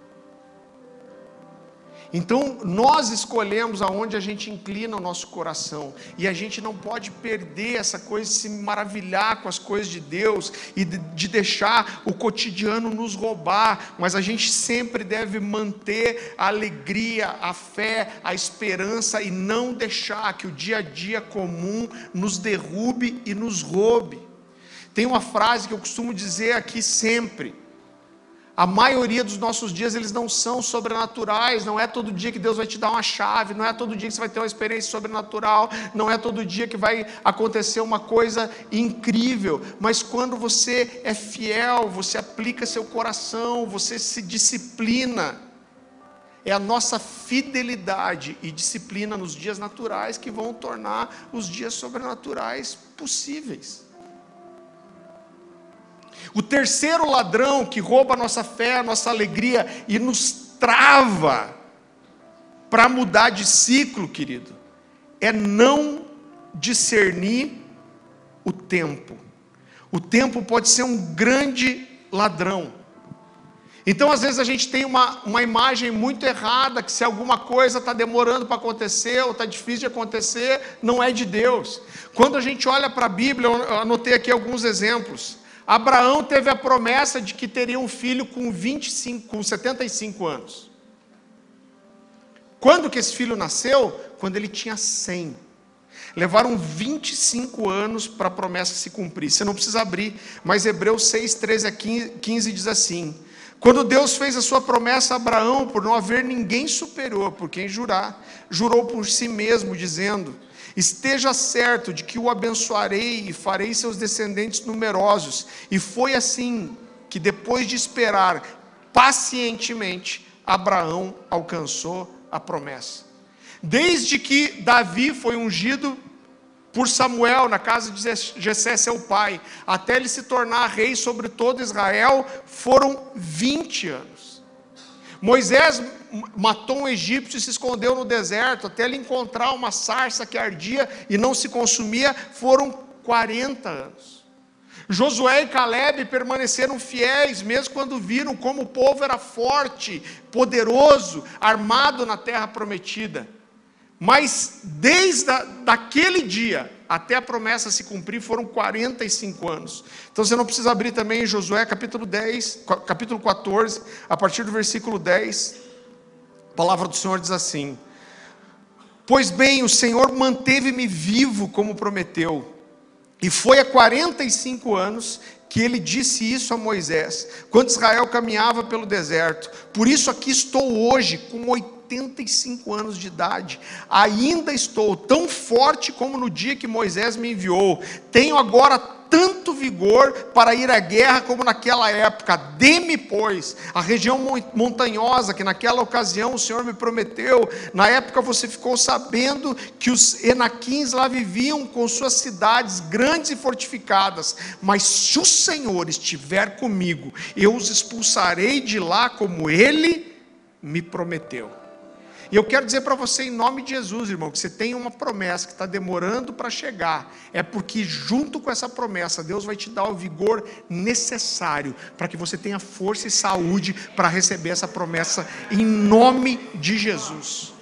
Então, nós escolhemos aonde a gente inclina o nosso coração, e a gente não pode perder essa coisa de se maravilhar com as coisas de Deus, e de deixar o cotidiano nos roubar, mas a gente sempre deve manter a alegria, a fé, a esperança, e não deixar que o dia a dia comum nos derrube e nos roube. Tem uma frase que eu costumo dizer aqui sempre: a maioria dos nossos dias, eles não são sobrenaturais. Não é todo dia que Deus vai te dar uma chave, não é todo dia que você vai ter uma experiência sobrenatural, não é todo dia que vai acontecer uma coisa incrível, mas quando você é fiel, você aplica seu coração, você se disciplina. É a nossa fidelidade e disciplina nos dias naturais que vão tornar os dias sobrenaturais possíveis. O terceiro ladrão que rouba a nossa fé, a nossa alegria e nos trava para mudar de ciclo, querido, é não discernir o tempo. O tempo pode ser um grande ladrão. Então, às vezes, a gente tem uma imagem muito errada, que se alguma coisa está demorando para acontecer, ou está difícil de acontecer, não é de Deus. Quando a gente olha para a Bíblia, eu anotei aqui alguns exemplos. Abraão teve a promessa de que teria um filho com 75 anos. Quando que esse filho nasceu? Quando ele tinha 100. Levaram 25 anos para a promessa se cumprir. Você não precisa abrir, mas Hebreus 6, 13 a 15 diz assim: quando Deus fez a sua promessa a Abraão, por não haver ninguém superior por quem jurar, jurou por si mesmo, dizendo: esteja certo de que o abençoarei e farei seus descendentes numerosos. E foi assim que, depois de esperar pacientemente, Abraão alcançou a promessa. Desde que Davi foi ungido por Samuel na casa de Jessé, seu pai, até ele se tornar rei sobre todo Israel, foram 20 anos. Moisés matou um egípcio e se escondeu no deserto, até ele encontrar uma sarça que ardia e não se consumia, foram 40 anos. Josué e Caleb permaneceram fiéis, mesmo quando viram como o povo era forte, poderoso, armado na terra prometida. Mas desde daquele dia até a promessa se cumprir foram 45 anos. Então você não precisa abrir também em Josué capítulo 14, a partir do versículo 10, a palavra do Senhor diz assim: pois bem, o Senhor manteve-me vivo como prometeu, e foi há 45 anos que ele disse isso a Moisés, quando Israel caminhava pelo deserto. Por isso aqui estou hoje, com 85 anos de idade, ainda estou tão forte como no dia que Moisés me enviou. Tenho agora tanto vigor para ir à guerra como naquela época. Dê-me, pois, a região montanhosa que naquela ocasião o Senhor me prometeu. Na época você ficou sabendo que os Enaquins lá viviam com suas cidades grandes e fortificadas, mas se o Senhor estiver comigo, eu os expulsarei de lá como Ele me prometeu. E eu quero dizer para você, em nome de Jesus, irmão, que você tem uma promessa que está demorando para chegar. É porque junto com essa promessa, Deus vai te dar o vigor necessário para que você tenha força e saúde para receber essa promessa, em nome de Jesus.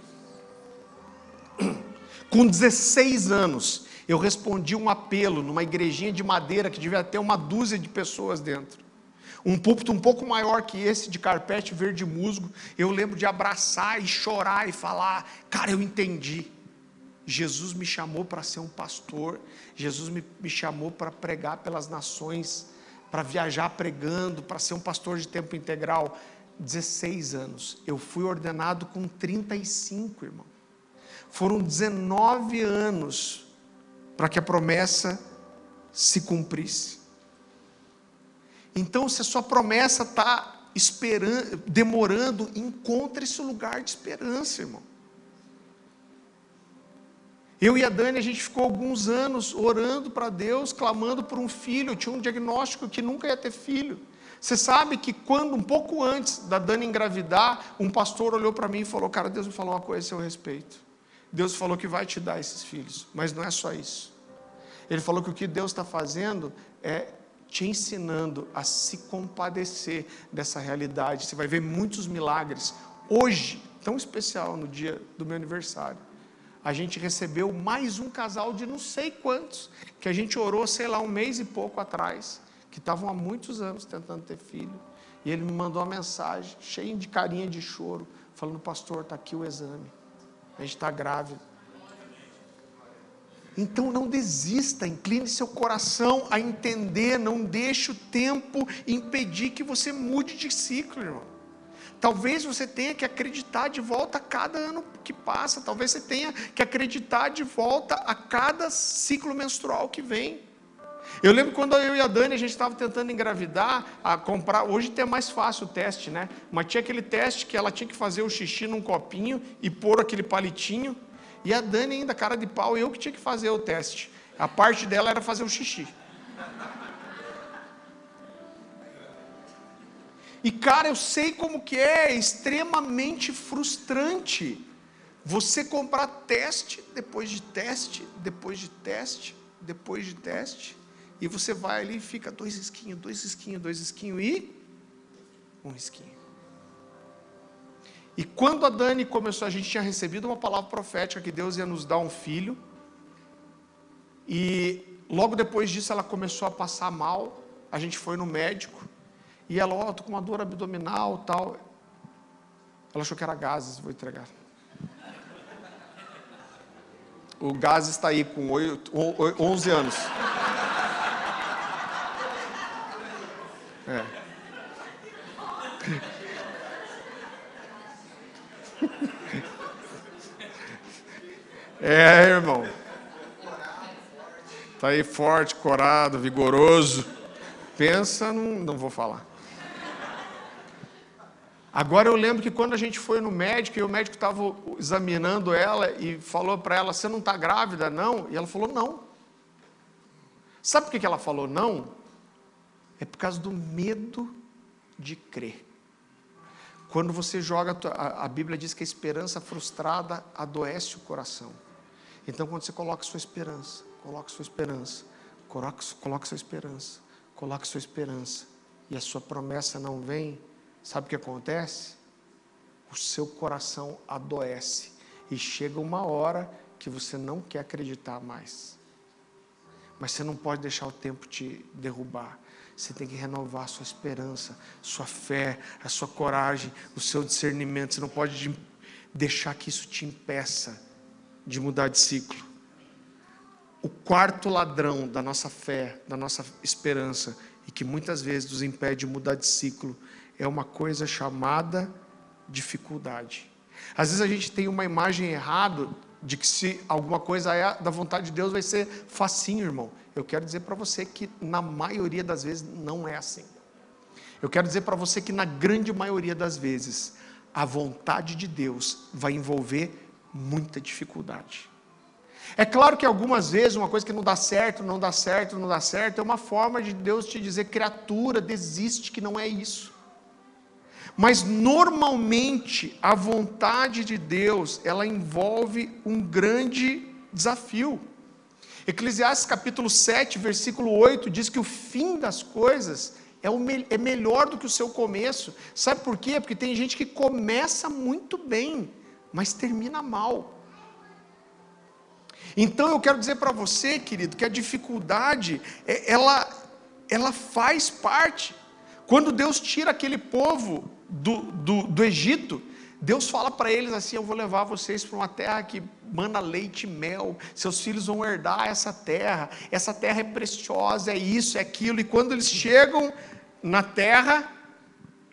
Com 16 anos, eu respondi um apelo numa igrejinha de madeira que devia ter uma dúzia de pessoas dentro. Um púlpito um pouco maior que esse, de carpete verde musgo. Eu lembro de abraçar e chorar e falar: cara, eu entendi. Jesus me chamou para ser um pastor. Jesus me chamou para pregar pelas nações, para viajar pregando, para ser um pastor de tempo integral. 16 anos. Eu fui ordenado com 35, irmão. Foram 19 anos para que a promessa se cumprisse. Então, se a sua promessa está demorando, encontre esse lugar de esperança, irmão. Eu e a Dani, a gente ficou alguns anos orando para Deus, clamando por um filho. Eu tinha um diagnóstico que nunca ia ter filho. Você sabe que quando, um pouco antes da Dani engravidar, um pastor olhou para mim e falou: cara, Deus me falou uma coisa a seu respeito. Deus falou que vai te dar esses filhos, mas não é só isso. Ele falou que o que Deus está fazendo é te ensinando a se compadecer dessa realidade. Você vai ver muitos milagres. Hoje, tão especial, no dia do meu aniversário, a gente recebeu mais um casal de não sei quantos, que a gente orou, sei lá, 1 mês e pouco atrás, que estavam há muitos anos tentando ter filho, e ele me mandou uma mensagem, cheia de carinha de choro, falando: pastor, está aqui o exame, a gente está grávida. Então não desista, incline seu coração a entender, não deixe o tempo impedir que você mude de ciclo, irmão. Talvez você tenha que acreditar de volta a cada ano que passa, talvez você tenha que acreditar de volta a cada ciclo menstrual que vem. Eu lembro quando eu e a Dani, a gente estava tentando engravidar, hoje é mais fácil o teste, né? Mas tinha aquele teste que ela tinha que fazer o xixi num copinho e pôr aquele palitinho, e a Dani ainda, cara de pau, eu que tinha que fazer o teste. A parte dela era fazer o xixi. E cara, eu sei como que é extremamente frustrante você comprar teste, depois de teste, depois de teste, depois de teste, e você vai ali e fica 2 risquinhos, 2 risquinhos, 2 risquinhos e 1 risquinho. E quando a Dani começou, a gente tinha recebido uma palavra profética que Deus ia nos dar um filho, e logo depois disso ela começou a passar mal, a gente foi no médico, e ela, estou com uma dor abdominal, tal. Ela achou que era gases, vou entregar. O Gases está aí com 11 anos. Irmão. Está aí forte, corado, vigoroso. Pensa, não vou falar. Agora eu lembro que quando a gente foi no médico, e o médico estava examinando ela e falou para ela: você não está grávida, não? E ela falou: não. Sabe por que ela falou não? É por causa do medo de crer. Quando você joga, a Bíblia diz que a esperança frustrada adoece o coração. Então quando você coloca sua esperança, coloca sua esperança, coloca sua esperança, coloque sua esperança, e a sua promessa não vem, sabe o que acontece? O seu coração adoece, e chega uma hora que você não quer acreditar mais. Mas você não pode deixar o tempo te derrubar. Você tem que renovar a sua esperança, sua fé, a sua coragem, o seu discernimento. Você não pode deixar que isso te impeça de mudar de ciclo. O quarto ladrão da nossa fé, da nossa esperança, e que muitas vezes nos impede de mudar de ciclo, é uma coisa chamada dificuldade. Às vezes a gente tem uma imagem errada de que se alguma coisa é da vontade de Deus vai ser facinho, irmão. Eu quero dizer para você que na maioria das vezes não é assim. Eu quero dizer para você que na grande maioria das vezes a vontade de Deus vai envolver muita dificuldade. É claro que algumas vezes uma coisa que não dá certo, é uma forma de Deus te dizer: criatura, desiste, que não é isso. Mas normalmente a vontade de Deus, ela envolve um grande desafio. Eclesiastes capítulo 7, versículo 8, diz que o fim das coisas é melhor do que o seu começo. Sabe por quê? Porque tem gente que começa muito bem, mas termina mal. Então eu quero dizer para você, querido, que a dificuldade, ela faz parte. Quando Deus tira aquele povo do Egito, Deus fala para eles assim: eu vou levar vocês para uma terra que mana leite e mel, seus filhos vão herdar essa terra é preciosa, é isso, é aquilo. E quando eles chegam na terra,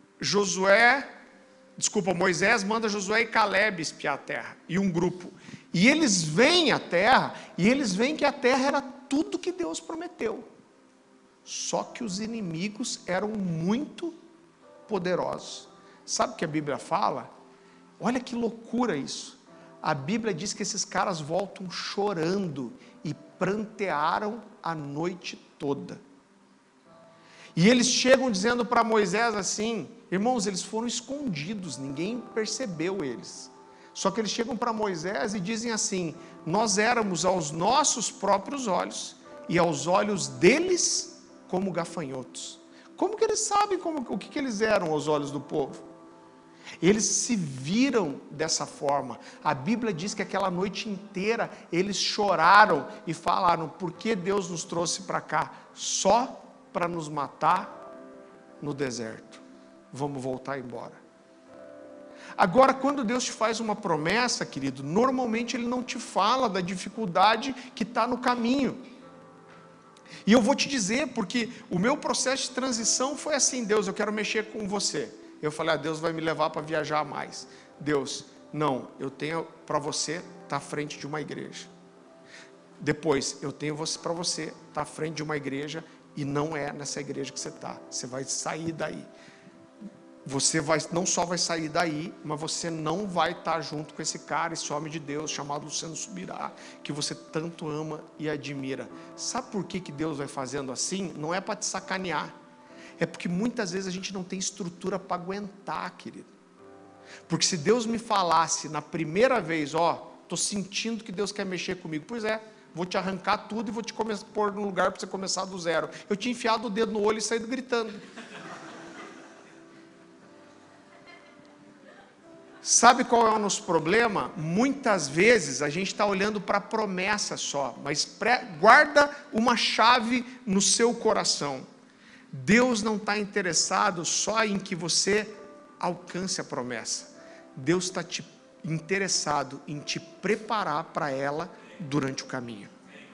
Moisés manda Josué e Calebe espiar a terra, e um grupo. E eles veem a terra, e eles veem que a terra era tudo que Deus prometeu. Só que os inimigos eram muito poderosos. Sabe o que a Bíblia fala? Olha que loucura isso. A Bíblia diz que esses caras voltam chorando e prantearam a noite toda. E eles chegam dizendo para Moisés assim, irmãos, eles foram escondidos, ninguém percebeu eles. Só que eles chegam para Moisés e dizem assim, nós éramos aos nossos próprios olhos, e aos olhos deles como gafanhotos. Como que eles sabem o que eles eram aos olhos do povo? Eles se viram dessa forma. A Bíblia diz que aquela noite inteira eles choraram e falaram, por que Deus nos trouxe para cá? Só para nos matar no deserto. Vamos voltar embora. Agora, quando Deus te faz uma promessa, querido, normalmente Ele não te fala da dificuldade que está no caminho. E eu vou te dizer, porque o meu processo de transição foi assim, Deus, eu quero mexer com você. Eu falei, Deus vai me levar para viajar mais. Deus, não, eu tenho para você estar à frente de uma igreja. Depois, eu tenho para você estar à frente de uma igreja, e não é nessa igreja que você está. Você vai sair daí. Você não só vai sair daí, mas você não vai estar junto com esse cara, esse homem de Deus, chamado Luciano Subirá, que você tanto ama e admira. Sabe por que Deus vai fazendo assim? Não é para te sacanear. É porque muitas vezes a gente não tem estrutura para aguentar, querido. Porque se Deus me falasse na primeira vez, estou sentindo que Deus quer mexer comigo. Pois é, vou te arrancar tudo e vou te pôr no lugar para você começar do zero. Eu tinha enfiado o dedo no olho e saído gritando. Sabe qual é o nosso problema? Muitas vezes a gente está olhando para a promessa só, mas guarda uma chave no seu coração. Deus não está interessado só em que você alcance a promessa. Deus está interessado em te preparar para ela durante o caminho.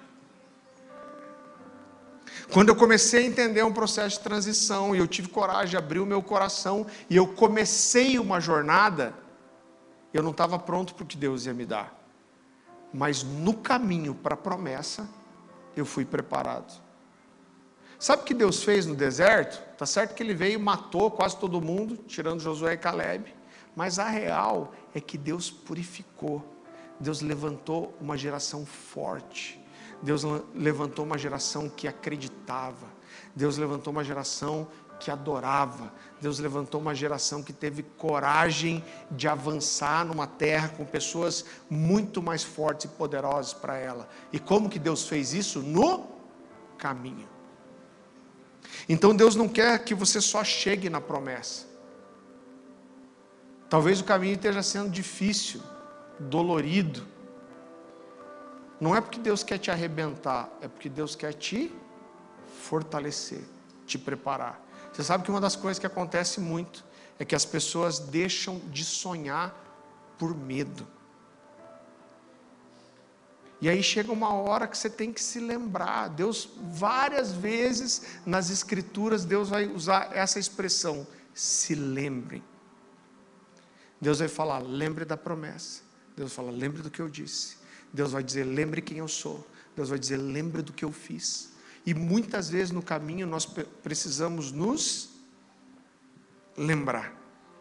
Quando eu comecei a entender um processo de transição, e eu tive coragem de abrir o meu coração, e eu comecei uma jornada, eu não estava pronto para o que Deus ia me dar. Mas no caminho para a promessa, eu fui preparado. Sabe o que Deus fez no deserto? Está certo que Ele veio e matou quase todo mundo, tirando Josué e Caleb. Mas a real é que Deus purificou. Deus levantou uma geração forte. Deus levantou uma geração que acreditava. Deus levantou uma geração que adorava. Deus levantou uma geração que teve coragem de avançar numa terra com pessoas muito mais fortes e poderosas para ela. E como que Deus fez isso? No caminho. Então Deus não quer que você só chegue na promessa. Talvez o caminho esteja sendo difícil, dolorido. Não é porque Deus quer te arrebentar, é porque Deus quer te fortalecer, te preparar. Você sabe que uma das coisas que acontece muito é que as pessoas deixam de sonhar por medo. E aí chega uma hora que você tem que se lembrar. Deus, várias vezes nas Escrituras, Deus vai usar essa expressão, se lembrem. Deus vai falar, lembre da promessa. Deus fala, lembre do que eu disse. Deus vai dizer, lembre quem eu sou. Deus vai dizer, lembre do que eu fiz. E muitas vezes no caminho nós precisamos nos lembrar.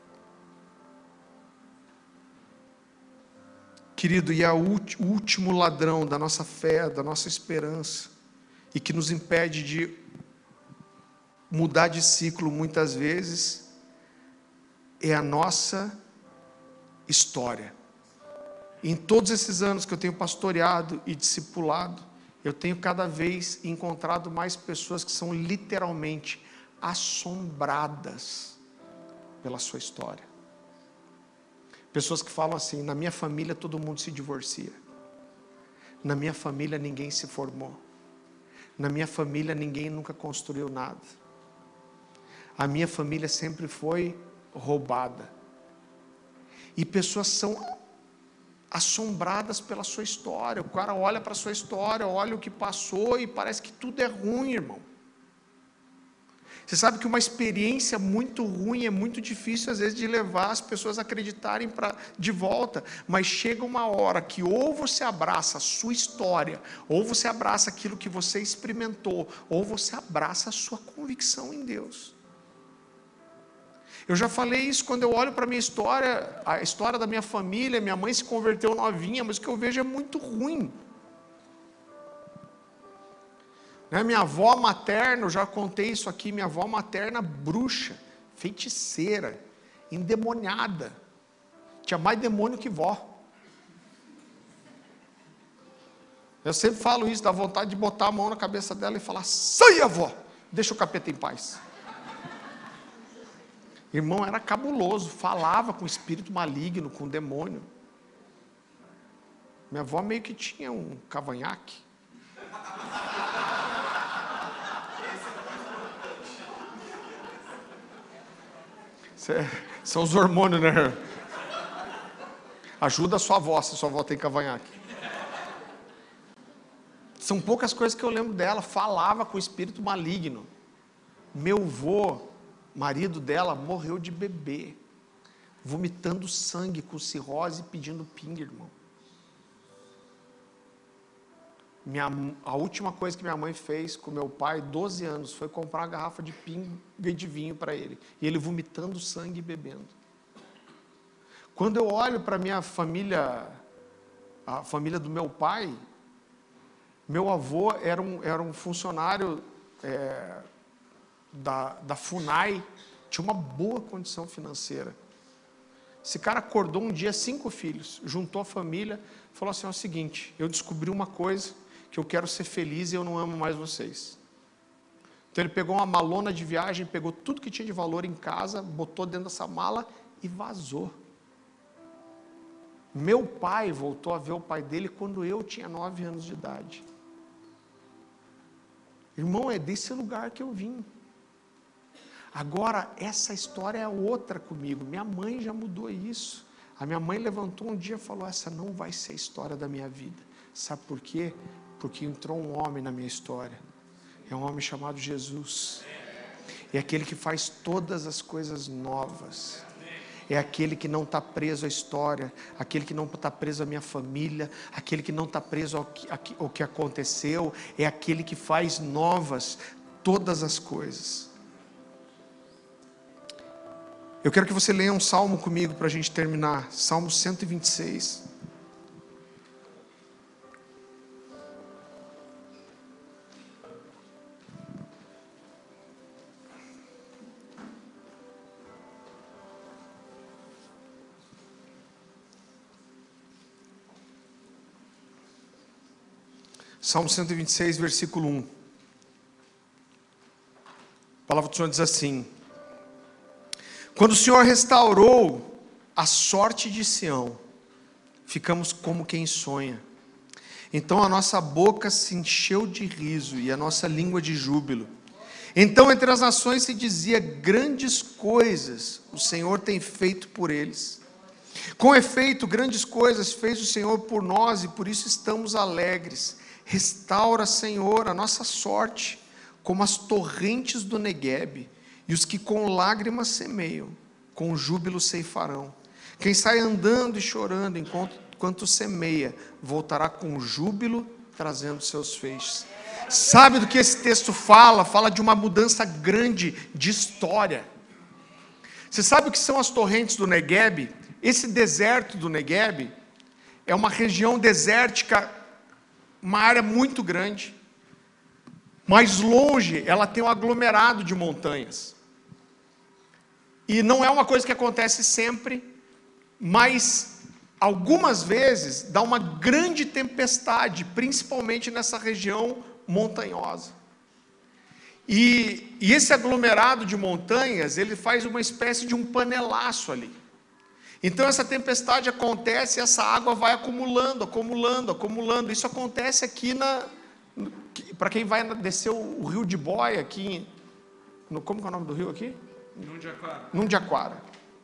Querido, e o último ladrão da nossa fé, da nossa esperança, e que nos impede de mudar de ciclo muitas vezes, é a nossa história. Em todos esses anos que eu tenho pastoreado e discipulado, eu tenho cada vez encontrado mais pessoas que são literalmente assombradas pela sua história. Pessoas que falam assim, na minha família todo mundo se divorcia. Na minha família ninguém se formou. Na minha família ninguém nunca construiu nada. A minha família sempre foi roubada. E pessoas são assombradas pela sua história. O cara olha para a sua história, olha o que passou e parece que tudo é ruim, irmão. Você sabe que uma experiência muito ruim é muito difícil, às vezes, de levar as pessoas a acreditarem de volta. Mas chega uma hora que ou você abraça a sua história, ou você abraça aquilo que você experimentou, ou você abraça a sua convicção em Deus. Eu já falei isso quando eu olho para a minha história, a história da minha família. Minha mãe se converteu novinha, mas o que eu vejo é muito ruim. Minha avó materna, eu já contei isso aqui, minha avó materna bruxa, feiticeira, endemoniada, tinha mais demônio que vó. Eu sempre falo isso, dá vontade de botar a mão na cabeça dela e falar: sai, avó, deixa o capeta em paz. Irmão, era cabuloso, falava com espírito maligno, com demônio. Minha avó meio que tinha um cavanhaque. São os hormônios, né? Ajuda a sua avó, se sua avó tem cavanhaque. São poucas coisas que eu lembro dela. Falava com o espírito maligno. Meu avô, marido dela, morreu de bebê, vomitando sangue com cirrose e pedindo pinga, irmão. A última coisa que minha mãe fez com meu pai, 12 anos, foi comprar uma garrafa de pinga e de vinho para ele. E ele vomitando sangue e bebendo. Quando eu olho para a minha família, a família do meu pai, meu avô era um funcionário da FUNAI, tinha uma boa condição financeira. Esse cara acordou um dia, 5 filhos, juntou a família, falou assim: é o seguinte, eu descobri uma coisa, que eu quero ser feliz e eu não amo mais vocês. Então ele pegou uma malona de viagem, pegou tudo que tinha de valor em casa, botou dentro dessa mala e vazou. Meu pai voltou a ver o pai dele quando eu tinha 9 anos de idade. Irmão, é desse lugar que eu vim. Agora, essa história é outra comigo. Minha mãe já mudou isso. A minha mãe levantou um dia e falou: essa não vai ser a história da minha vida. Sabe por quê? Porque entrou um homem na minha história. É um homem chamado Jesus. É aquele que faz todas as coisas novas. É aquele que não está preso à história, aquele que não está preso à minha família, aquele que não está preso ao que aconteceu. É aquele que faz novas todas as coisas. Eu quero que você leia um salmo comigo para a gente terminar. Salmo 126. Salmo 126, versículo 1. A palavra do Senhor diz assim: quando o Senhor restaurou a sorte de Sião, ficamos como quem sonha. Então a nossa boca se encheu de riso e a nossa língua de júbilo. Então entre as nações se dizia: grandes coisas o Senhor tem feito por eles. Com efeito, grandes coisas fez o Senhor por nós e por isso estamos alegres. Restaura, Senhor, a nossa sorte, como as torrentes do Neguebe, e os que com lágrimas semeiam, com júbilo ceifarão. Quem sai andando e chorando enquanto semeia, voltará com júbilo, trazendo seus feixes. Sabe do que esse texto fala? Fala de uma mudança grande de história. Você sabe o que são as torrentes do Neguebe? Esse deserto do Neguebe é uma região desértica, uma área muito grande. Mais longe, ela tem um aglomerado de montanhas. E não é uma coisa que acontece sempre, mas algumas vezes dá uma grande tempestade, principalmente nessa região montanhosa. E esse aglomerado de montanhas, ele faz uma espécie de um panelaço ali. Então essa tempestade acontece e essa água vai acumulando. Isso acontece aqui para quem vai descer o rio de Boia, aqui, como que é o nome do rio aqui? Nundiaquara.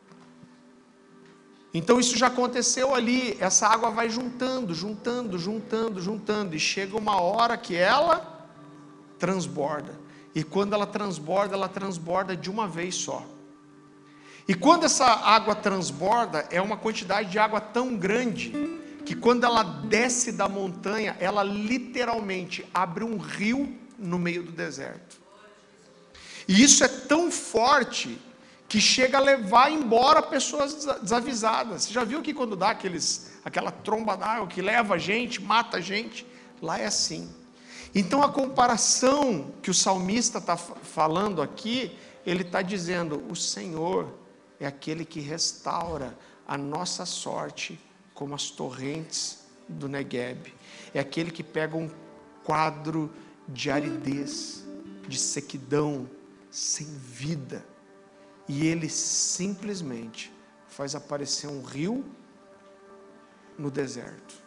Então isso já aconteceu ali, essa água vai juntando, e chega uma hora que ela transborda. E quando ela transborda de uma vez só. E quando essa água transborda, é uma quantidade de água tão grande, que quando ela desce da montanha, ela literalmente abre um rio no meio do deserto. E isso é tão forte, que chega a levar embora pessoas desavisadas. Você já viu que quando dá aquela tromba d'água que leva a gente, mata a gente? Lá é assim. Então a comparação que o salmista está falando aqui, ele está dizendo, o Senhor é aquele que restaura a nossa sorte, como as torrentes do Negueb. É aquele que pega um quadro de aridez, de sequidão, sem vida, e ele simplesmente faz aparecer um rio no deserto.